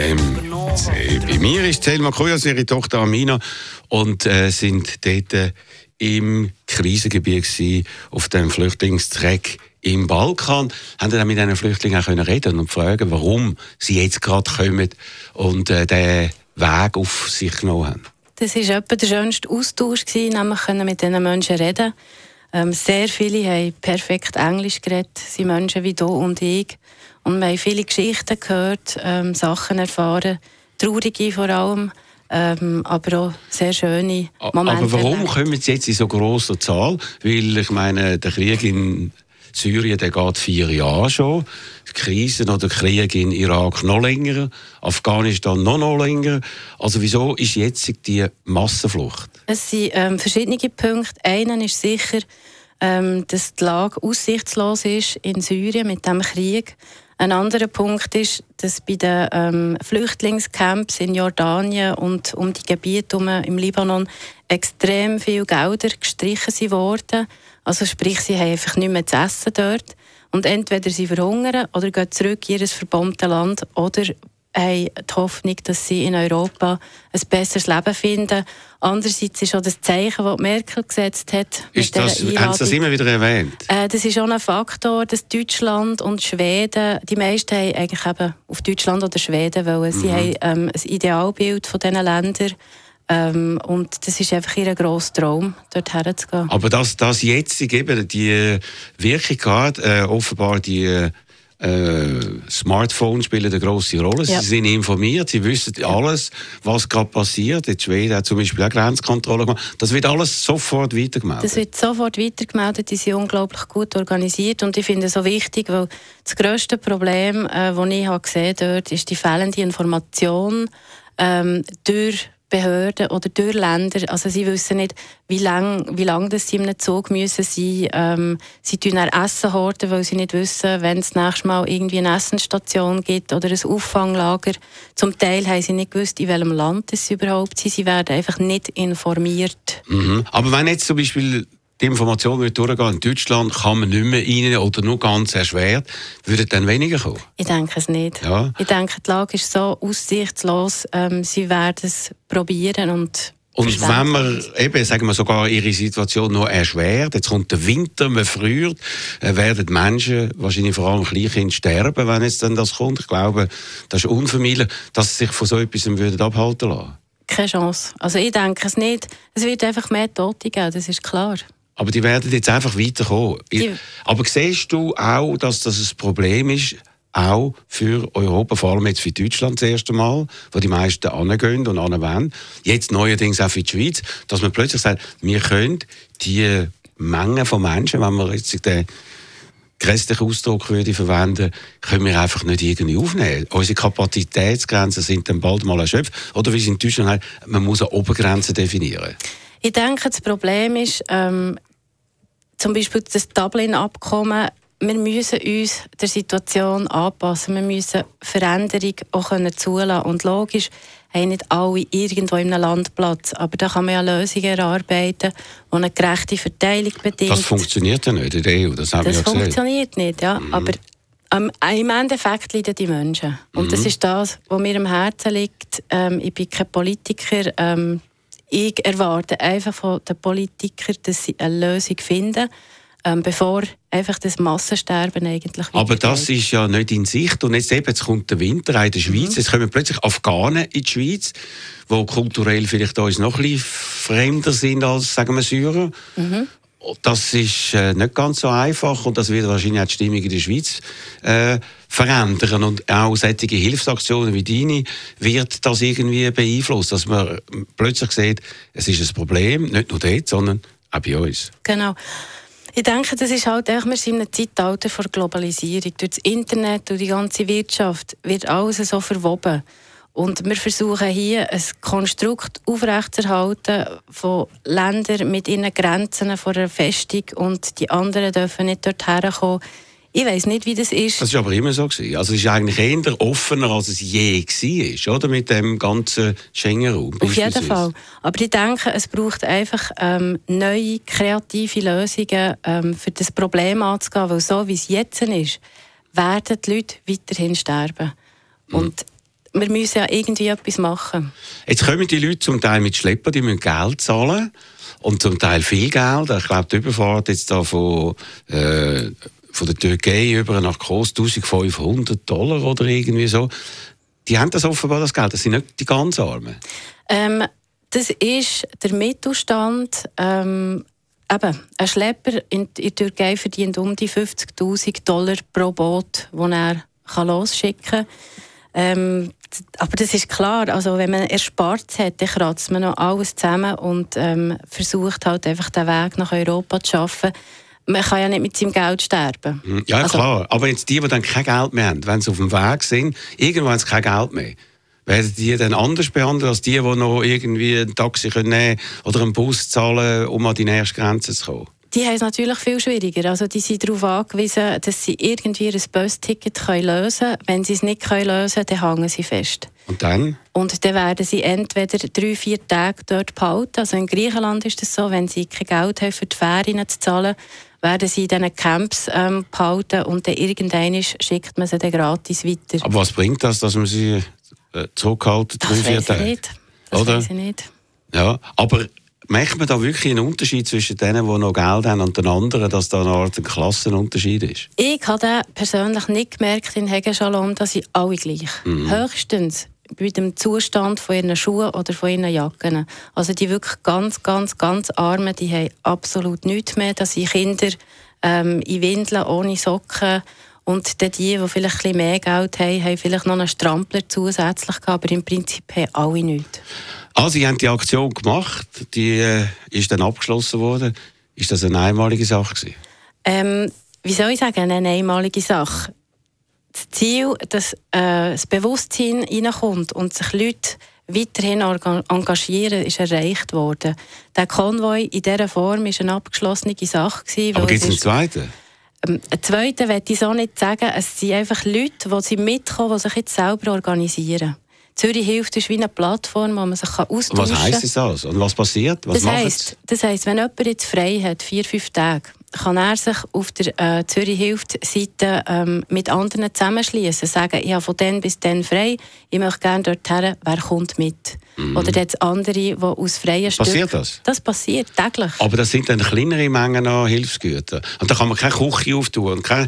MC. Bei mir ist Selma Kuyas, ihre Tochter Amina, und sind dort im Krisengebiet gewesen, auf dem Flüchtlingstreck im Balkan. Haben dann mit diesen Flüchtlingen auch reden und fragen, warum sie jetzt gerade kommen und den Weg auf sich genommen haben. Das war etwa der schönste Austausch, nämlich mit diesen Menschen reden. Sehr viele haben perfekt Englisch geredet, sind Menschen wie du und ich. Und wir haben viele Geschichten gehört, Sachen erfahren, traurige vor allem, aber auch sehr schöne Momente. Aber warum kommen sie jetzt in so grosser Zahl? Weil, ich meine, der Krieg in Syrien, der geht 4 Jahre schon. Die Krisen oder Krieg in Irak noch länger, Afghanistan noch länger. Also wieso ist jetzt die Massenflucht? Es sind verschiedene Punkte. Einer ist sicher, dass die Lage aussichtslos ist in Syrien mit dem Krieg. Ein anderer Punkt ist, dass bei den Flüchtlingscamps in Jordanien und um die Gebiete im Libanon extrem viele Gelder gestrichen wurden. Also sprich, sie haben einfach nicht mehr zu essen dort. Und entweder sie verhungern oder gehen zurück in ihr verbombtes Land oder haben die Hoffnung, dass sie in Europa ein besseres Leben finden. Andererseits ist auch das Zeichen, das Merkel gesetzt hat. Haben Sie das immer wieder erwähnt? Das ist auch ein Faktor, dass Deutschland und Schweden, die meisten haben eigentlich eben auf Deutschland oder Schweden wollen. Sie haben ein Idealbild von diesen Ländern. Und das ist einfach ihr grosser Traum, dort herzugehen. Aber dass das jetzt eben die Wirkung hat, offenbar die Smartphones spielen eine grosse Rolle. Sie sind informiert, sie wissen alles, was gerade passiert. In Schweden hat zum Beispiel auch Grenzkontrolle gemacht. Das wird alles sofort weitergemeldet. Das wird sofort weitergemeldet. Die sind unglaublich gut organisiert. Und ich finde es so wichtig, weil das grösste Problem, das ich gesehen habe dort, ist die fehlende Information durch Behörden oder durch Länder. Also sie wissen nicht, wie lang das sie in einem Zug müssen sein. Sie tun dann Essen horten, weil sie nicht wissen, wenn es nächstes Mal irgendwie eine Essensstation gibt oder ein Auffanglager. Zum Teil haben sie nicht gewusst, in welchem Land sie überhaupt sind. Sie werden einfach nicht informiert. Mhm. Aber wenn jetzt zum Beispiel die Information wird durchgehen, in Deutschland kann man nicht mehr rein oder nur ganz erschwert, würde dann weniger kommen? Ich denke es nicht. Ja. Ich denke, die Lage ist so aussichtslos, sie werden es probieren und wenn man eben, sagen wir sogar, ihre Situation noch erschwert, jetzt kommt der Winter, man friert, werden die Menschen, wahrscheinlich vor allem Kleinkinder, sterben, wenn jetzt dann das kommt. Ich glaube, das ist unvermeidlich, dass sie sich von so etwas abhalten lassen. Keine Chance. Also ich denke es nicht. Es wird einfach mehr Tote geben, das ist klar. Aber die werden jetzt einfach weiterkommen. Aber siehst du auch, dass das ein Problem ist, auch für Europa, vor allem jetzt für Deutschland das erste Mal, wo die meisten hingehen und hinwollen, jetzt neuerdings auch für die Schweiz, dass man plötzlich sagt, wir können die Menge von Menschen, wenn wir jetzt den grässlichen Ausdruck würde verwenden, können wir einfach nicht irgendwie aufnehmen. Unsere Kapazitätsgrenzen sind dann bald mal erschöpft. Oder wie es in Deutschland heißt, man muss eine Obergrenze definieren. Ich denke, das Problem ist, zum Beispiel das Dublin-Abkommen, wir müssen uns der Situation anpassen. Wir müssen Veränderung auch zulassen. Und logisch haben nicht alle irgendwo in einem Land Platz. Aber da kann man ja Lösungen erarbeiten, die eine gerechte Verteilung bedingt. Das funktioniert ja nicht in der EU, das haben wir ja gesehen. Das funktioniert nicht, ja. Aber im Endeffekt leiden die Menschen. Und das ist das, was mir am Herzen liegt. Ich bin kein Politiker. Ich erwarte einfach von den Politikern, dass sie eine Lösung finden, bevor einfach das Massensterben eigentlich weitergeht. Aber das ist ja nicht in Sicht. Und jetzt kommt der Winter in der Schweiz. Jetzt kommen plötzlich Afghanen in die Schweiz, die kulturell vielleicht uns noch ein bisschen fremder sind als, sagen wir, Syrer. Das ist nicht ganz so einfach und das wird wahrscheinlich auch die Stimmung in der Schweiz verändern. Und auch solche Hilfsaktionen wie deine wird das irgendwie beeinflussen, dass man plötzlich sieht, es ist ein Problem, nicht nur dort, sondern auch bei uns. Genau. Ich denke, das ist halt wir sind in einem Zeitalter der Globalisierung. Durch das Internet und die ganze Wirtschaft wird alles so verwoben. Und wir versuchen hier ein Konstrukt aufrechtzuerhalten von Ländern mit ihren Grenzen vor einer Festung und die anderen dürfen nicht dorthin kommen. Ich weiss nicht, wie das ist. Das war aber immer so gewesen. Also es ist eigentlich eher offener, als es je war, oder? Mit dem ganzen Schengen-Raum. Auf jeden Fall. Aber ich denke, es braucht einfach neue, kreative Lösungen, für das Problem anzugehen. Weil so, wie es jetzt ist, werden die Leute weiterhin sterben. Und wir müssen ja irgendwie etwas machen. Jetzt kommen die Leute zum Teil mit Schlepper, die müssen Geld zahlen. Und zum Teil viel Geld. Ich glaube, die Überfahrt jetzt da von der Türkei über nach Kos $1.500 oder irgendwie so. Die haben das offenbar, das Geld. Das sind nicht die ganz Armen. Das ist der Mittelstand. Eben, ein Schlepper in der Türkei verdient um die $50.000 pro Boot, das er losschicken kann. Aber das ist klar, also wenn man erspart hat, dann kratzt man noch alles zusammen und versucht halt einfach den Weg nach Europa zu schaffen. Man kann ja nicht mit seinem Geld sterben. Ja, klar. Aber jetzt die dann kein Geld mehr haben, wenn sie auf dem Weg sind, irgendwann haben sie kein Geld mehr. Werden die dann anders behandelt als die noch irgendwie ein Taxi nehmen können oder einen Bus zahlen, um an die nächste Grenze zu kommen? Die haben es natürlich viel schwieriger. Also die sind darauf angewiesen, dass sie irgendwie ein Busticket lösen können. Wenn sie es nicht lösen können, dann hängen sie fest. Und dann? Und dann werden sie entweder 3-4 Tage dort behalten. Also in Griechenland ist es so, wenn sie kein Geld haben, für die Ferien zu zahlen, werden sie in diesen Camps behalten und dann irgendwann schickt man sie dann gratis weiter. Aber was bringt das, dass man sie zurückhalten? Das weiss ich nicht. Ja, aber merkt man da wirklich einen Unterschied zwischen denen, die noch Geld haben und den anderen, dass da eine Art Klassenunterschied ist? Ich habe persönlich nicht gemerkt in Hegenschalom, dass sie alle gleich. Höchstens bei dem Zustand von ihren Schuhen oder von ihren Jacken. Also die wirklich ganz, ganz, ganz Armen, die haben absolut nichts mehr. Das sind Kinder in Windeln, ohne Socken. Und die vielleicht ein bisschen mehr Geld haben, haben vielleicht noch einen Strampler zusätzlich gehabt, aber im Prinzip haben alle nichts. Also, Sie haben die Aktion gemacht, die ist dann abgeschlossen worden. Ist das eine einmalige Sache gewesen? Wie soll ich sagen, eine einmalige Sache? Das Ziel, dass das Bewusstsein reinkommt und sich Leute weiterhin engagieren, ist erreicht worden. Der Konvoi in dieser Form war eine abgeschlossene Sache gewesen. Aber gibt es einen zweiten? Einen zweiten möchte ich so nicht sagen. Es sind einfach Leute, die mitkommen, die sich jetzt selber organisieren. Zürich hilft ist wie eine Plattform, wo man sich austauschen kann. Was heisst das? Und was passiert? Was das heisst, wenn jemand jetzt frei hat, 4-5 Tage, kann er sich auf der Zürich hilft-Seite mit anderen zusammenschließen, sagen, ich habe von dann bis dann frei, ich möchte gerne dorthin, wer kommt mit? Oder jetzt andere, die aus freien Stücken... Passiert das? Das passiert täglich. Aber das sind dann kleinere Mengen an Hilfsgütern. Und da kann man keine Küche auftun und kein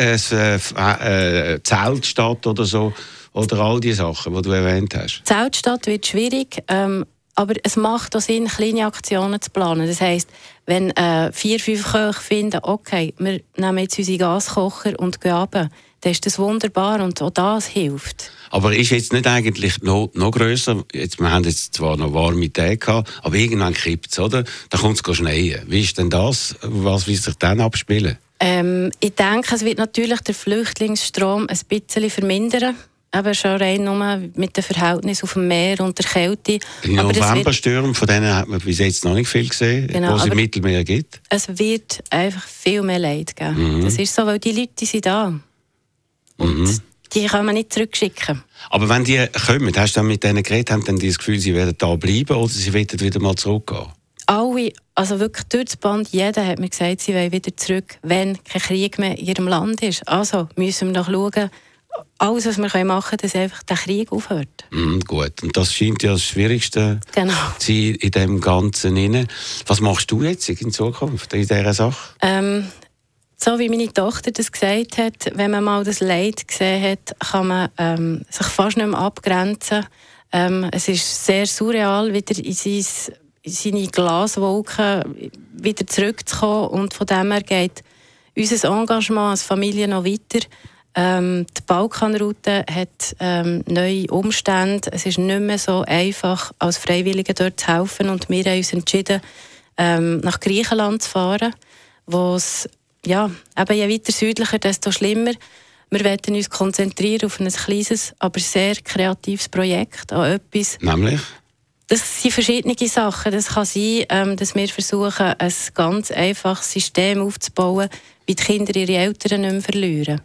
Zeltstadt oder so. Oder all die Sachen, die du erwähnt hast. Die Zeltstadt wird schwierig, aber es macht auch Sinn, kleine Aktionen zu planen. Das heisst, wenn 4-5 Köche finden, okay, wir nehmen jetzt unsere Gaskocher und gehen runter, dann ist das wunderbar und auch das hilft. Aber ist jetzt nicht eigentlich noch grösser? Wir haben jetzt zwar noch warme Tage gehabt, aber irgendwann kippt es, oder? Dann kommt es schneien. Wie ist denn das? Was wird sich dann abspielen? Ich denke, es wird natürlich der Flüchtlingsstrom ein bisschen vermindern. Aber schon rein nur mit dem Verhältnis auf dem Meer und der Kälte. Die Novemberstürme, von denen hat man bis jetzt noch nicht viel gesehen, genau, was es im Mittelmeer gibt. Es wird einfach viel mehr Leid geben. Das ist so, weil die Leute sind da. Und die kann man nicht zurückschicken. Aber wenn die kommen, hast du dann mit denen geredet, haben dann die das Gefühl, sie werden da bleiben oder sie werden wieder mal zurückgehen? Alle, also wirklich durch das Band, jeder hat mir gesagt, sie wollen wieder zurück, wenn kein Krieg mehr in ihrem Land ist. Also müssen wir noch schauen, alles, was wir machen können, dass einfach der Krieg aufhört. Gut, und das scheint ja das Schwierigste zu sein in dem Ganzen. Was machst du jetzt in Zukunft in dieser Sache? So wie meine Tochter das gesagt hat, wenn man mal das Leid gesehen hat, kann man sich fast nicht mehr abgrenzen. Es ist sehr surreal, wieder in seine Glaswolke wieder zurückzukommen. Und von dem her geht unser Engagement als Familie noch weiter. Die Balkanroute hat neue Umstände. Es ist nicht mehr so einfach, als Freiwillige dort zu helfen. Und wir haben uns entschieden, nach Griechenland zu fahren, wo es eben je weiter südlicher, desto schlimmer. Wir werden uns konzentrieren auf ein kleines, aber sehr kreatives Projekt, an etwas. Nämlich? Das sind verschiedene Sachen. Das kann sein, dass wir versuchen, ein ganz einfaches System aufzubauen, wie die Kinder ihre Eltern nicht mehr verlieren.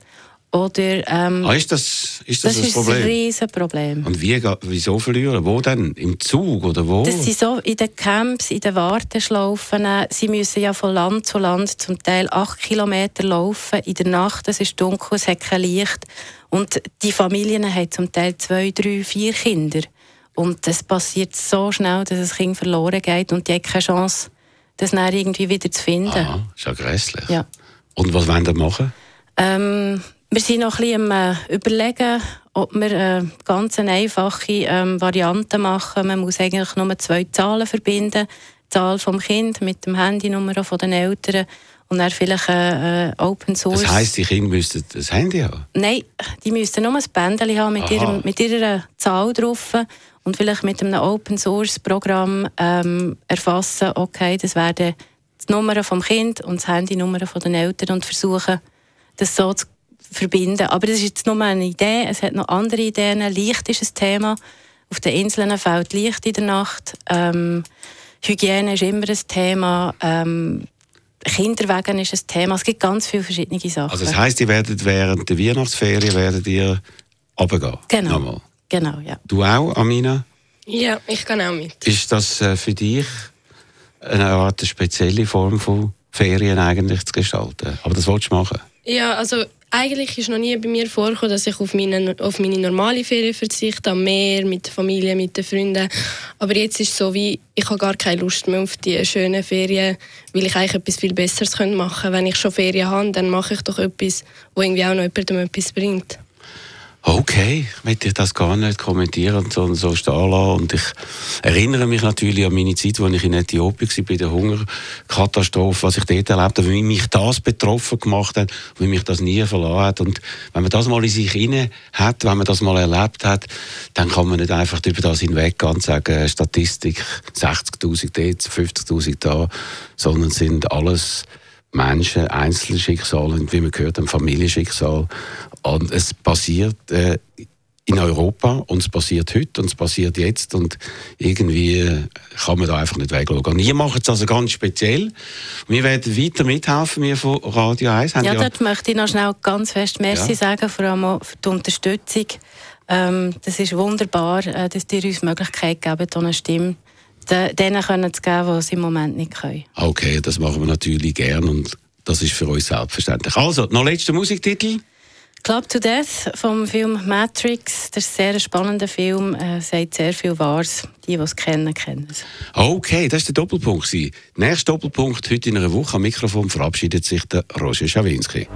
Oder, ist das das ein ist Problem? ein Riesenproblem. Und wieso verlieren? Wo denn? Im Zug oder wo? Das sind so in den Camps, in den Warteschlaufen. Sie müssen ja von Land zu Land zum Teil 8 Kilometer laufen. In der Nacht, es ist dunkel, es hat kein Licht. Und die Familien haben zum Teil 2, 3, 4 Kinder. Und es passiert so schnell, dass das Kind verloren geht und die haben keine Chance, das dann irgendwie wieder zu finden. Aha, ist ja grässlich. Ja. Und was wollen Sie machen? Wir sind noch ein bisschen am Überlegen, ob wir eine ganz einfache Variante machen. Man muss eigentlich nur 2 Zahlen verbinden. Die Zahl vom Kind mit dem Handynummer den Eltern und dann vielleicht Open Source. Das heisst, die Kinder müssten ein Handy haben? Nein, die müssten nur ein Bändchen haben mit ihrer Zahl drauf und vielleicht mit einem Open Source Programm erfassen, okay, das werden die Nummern vom Kind und das Handynummer den Eltern und versuchen, das so zu verbinden. Aber das ist jetzt nur eine Idee, es hat noch andere Ideen. Licht ist ein Thema. Auf den Inseln fällt Licht in der Nacht. Hygiene ist immer ein Thema. Kinderwegen ist ein Thema. Es gibt ganz viele verschiedene Sachen. Also das heisst, ihr werdet während der Weihnachtsferien runtergehen? Genau. Nochmal. Genau, ja. Du auch, Amina? Ja, ich kann auch mit. Ist das für dich eine Art spezielle Form von Ferien eigentlich zu gestalten? Aber das willst du machen? Ja, also eigentlich ist noch nie bei mir vorgekommen, dass ich auf meine normale Ferien verzichte, am Meer, mit der Familie, mit den Freunden. Aber jetzt ist es so, wie ich habe gar keine Lust mehr auf die schönen Ferien, weil ich eigentlich etwas viel Besseres machen könnte. Wenn ich schon Ferien habe, dann mache ich doch etwas, wo irgendwie auch noch jemandem etwas bringt. Okay, ich möchte das gar nicht kommentieren, sondern so stehen lassen. Und ich erinnere mich natürlich an meine Zeit, als ich in Äthiopien war, bei der Hungerkatastrophe, was ich dort erlebt habe, wie mich das betroffen gemacht hat, wie mich das nie verlassen hat. Und wenn man das mal in sich inne hat, wenn man das mal erlebt hat, dann kann man nicht einfach über das hinweggehen und sagen, Statistik 60'000 dort, 50'000 da, sondern es sind alles Menschen, einzelne Schicksale und wie man gehört, ein Familienschicksal. Und es passiert in Europa und es passiert heute und es passiert jetzt und irgendwie kann man da einfach nicht wegschauen. Und ihr macht es also ganz speziell. Wir werden weiter mithelfen, wir von Radio 1. Ja, dort möchte ich noch schnell ganz fest Merci sagen, vor allem auch für die Unterstützung. Das ist wunderbar, dass ihr uns die Möglichkeit geben, eine Stimme denen können zu geben, die es im Moment nicht können. Okay, das machen wir natürlich gern und das ist für uns selbstverständlich. Also, noch letzter Musiktitel. Club to Death vom Film Matrix. Das ist ein sehr spannender Film, sagt sehr viel Wahres. Die es kennen, kennen es. Okay, das war der Doppelpunkt. Nächster Doppelpunkt heute in einer Woche. Am Mikrofon verabschiedet sich der Roger Schawinski.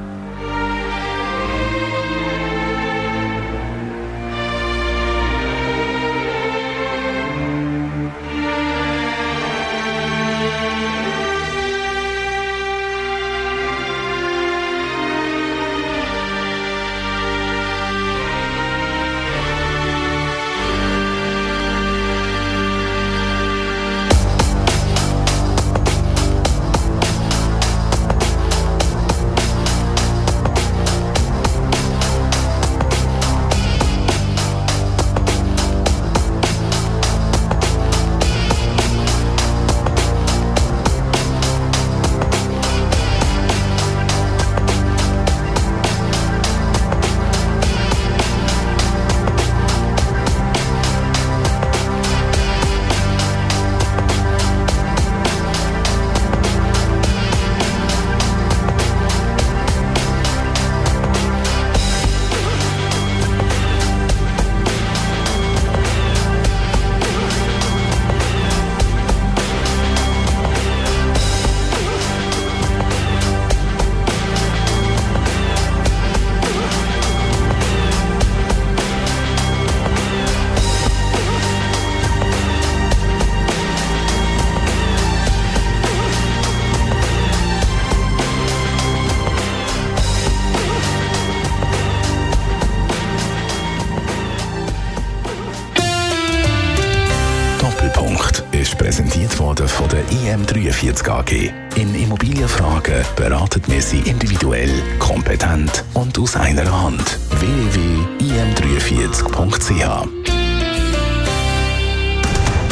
Präsentiert worden von der IM43 AG. In Immobilienfragen beraten wir Sie individuell, kompetent und aus einer Hand. www.im43.ch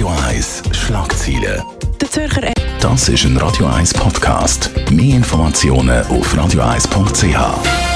Radio 1 Schlagzeilen. Der Zürcher Das ist ein Radio 1 Podcast. Mehr Informationen auf radio1.ch.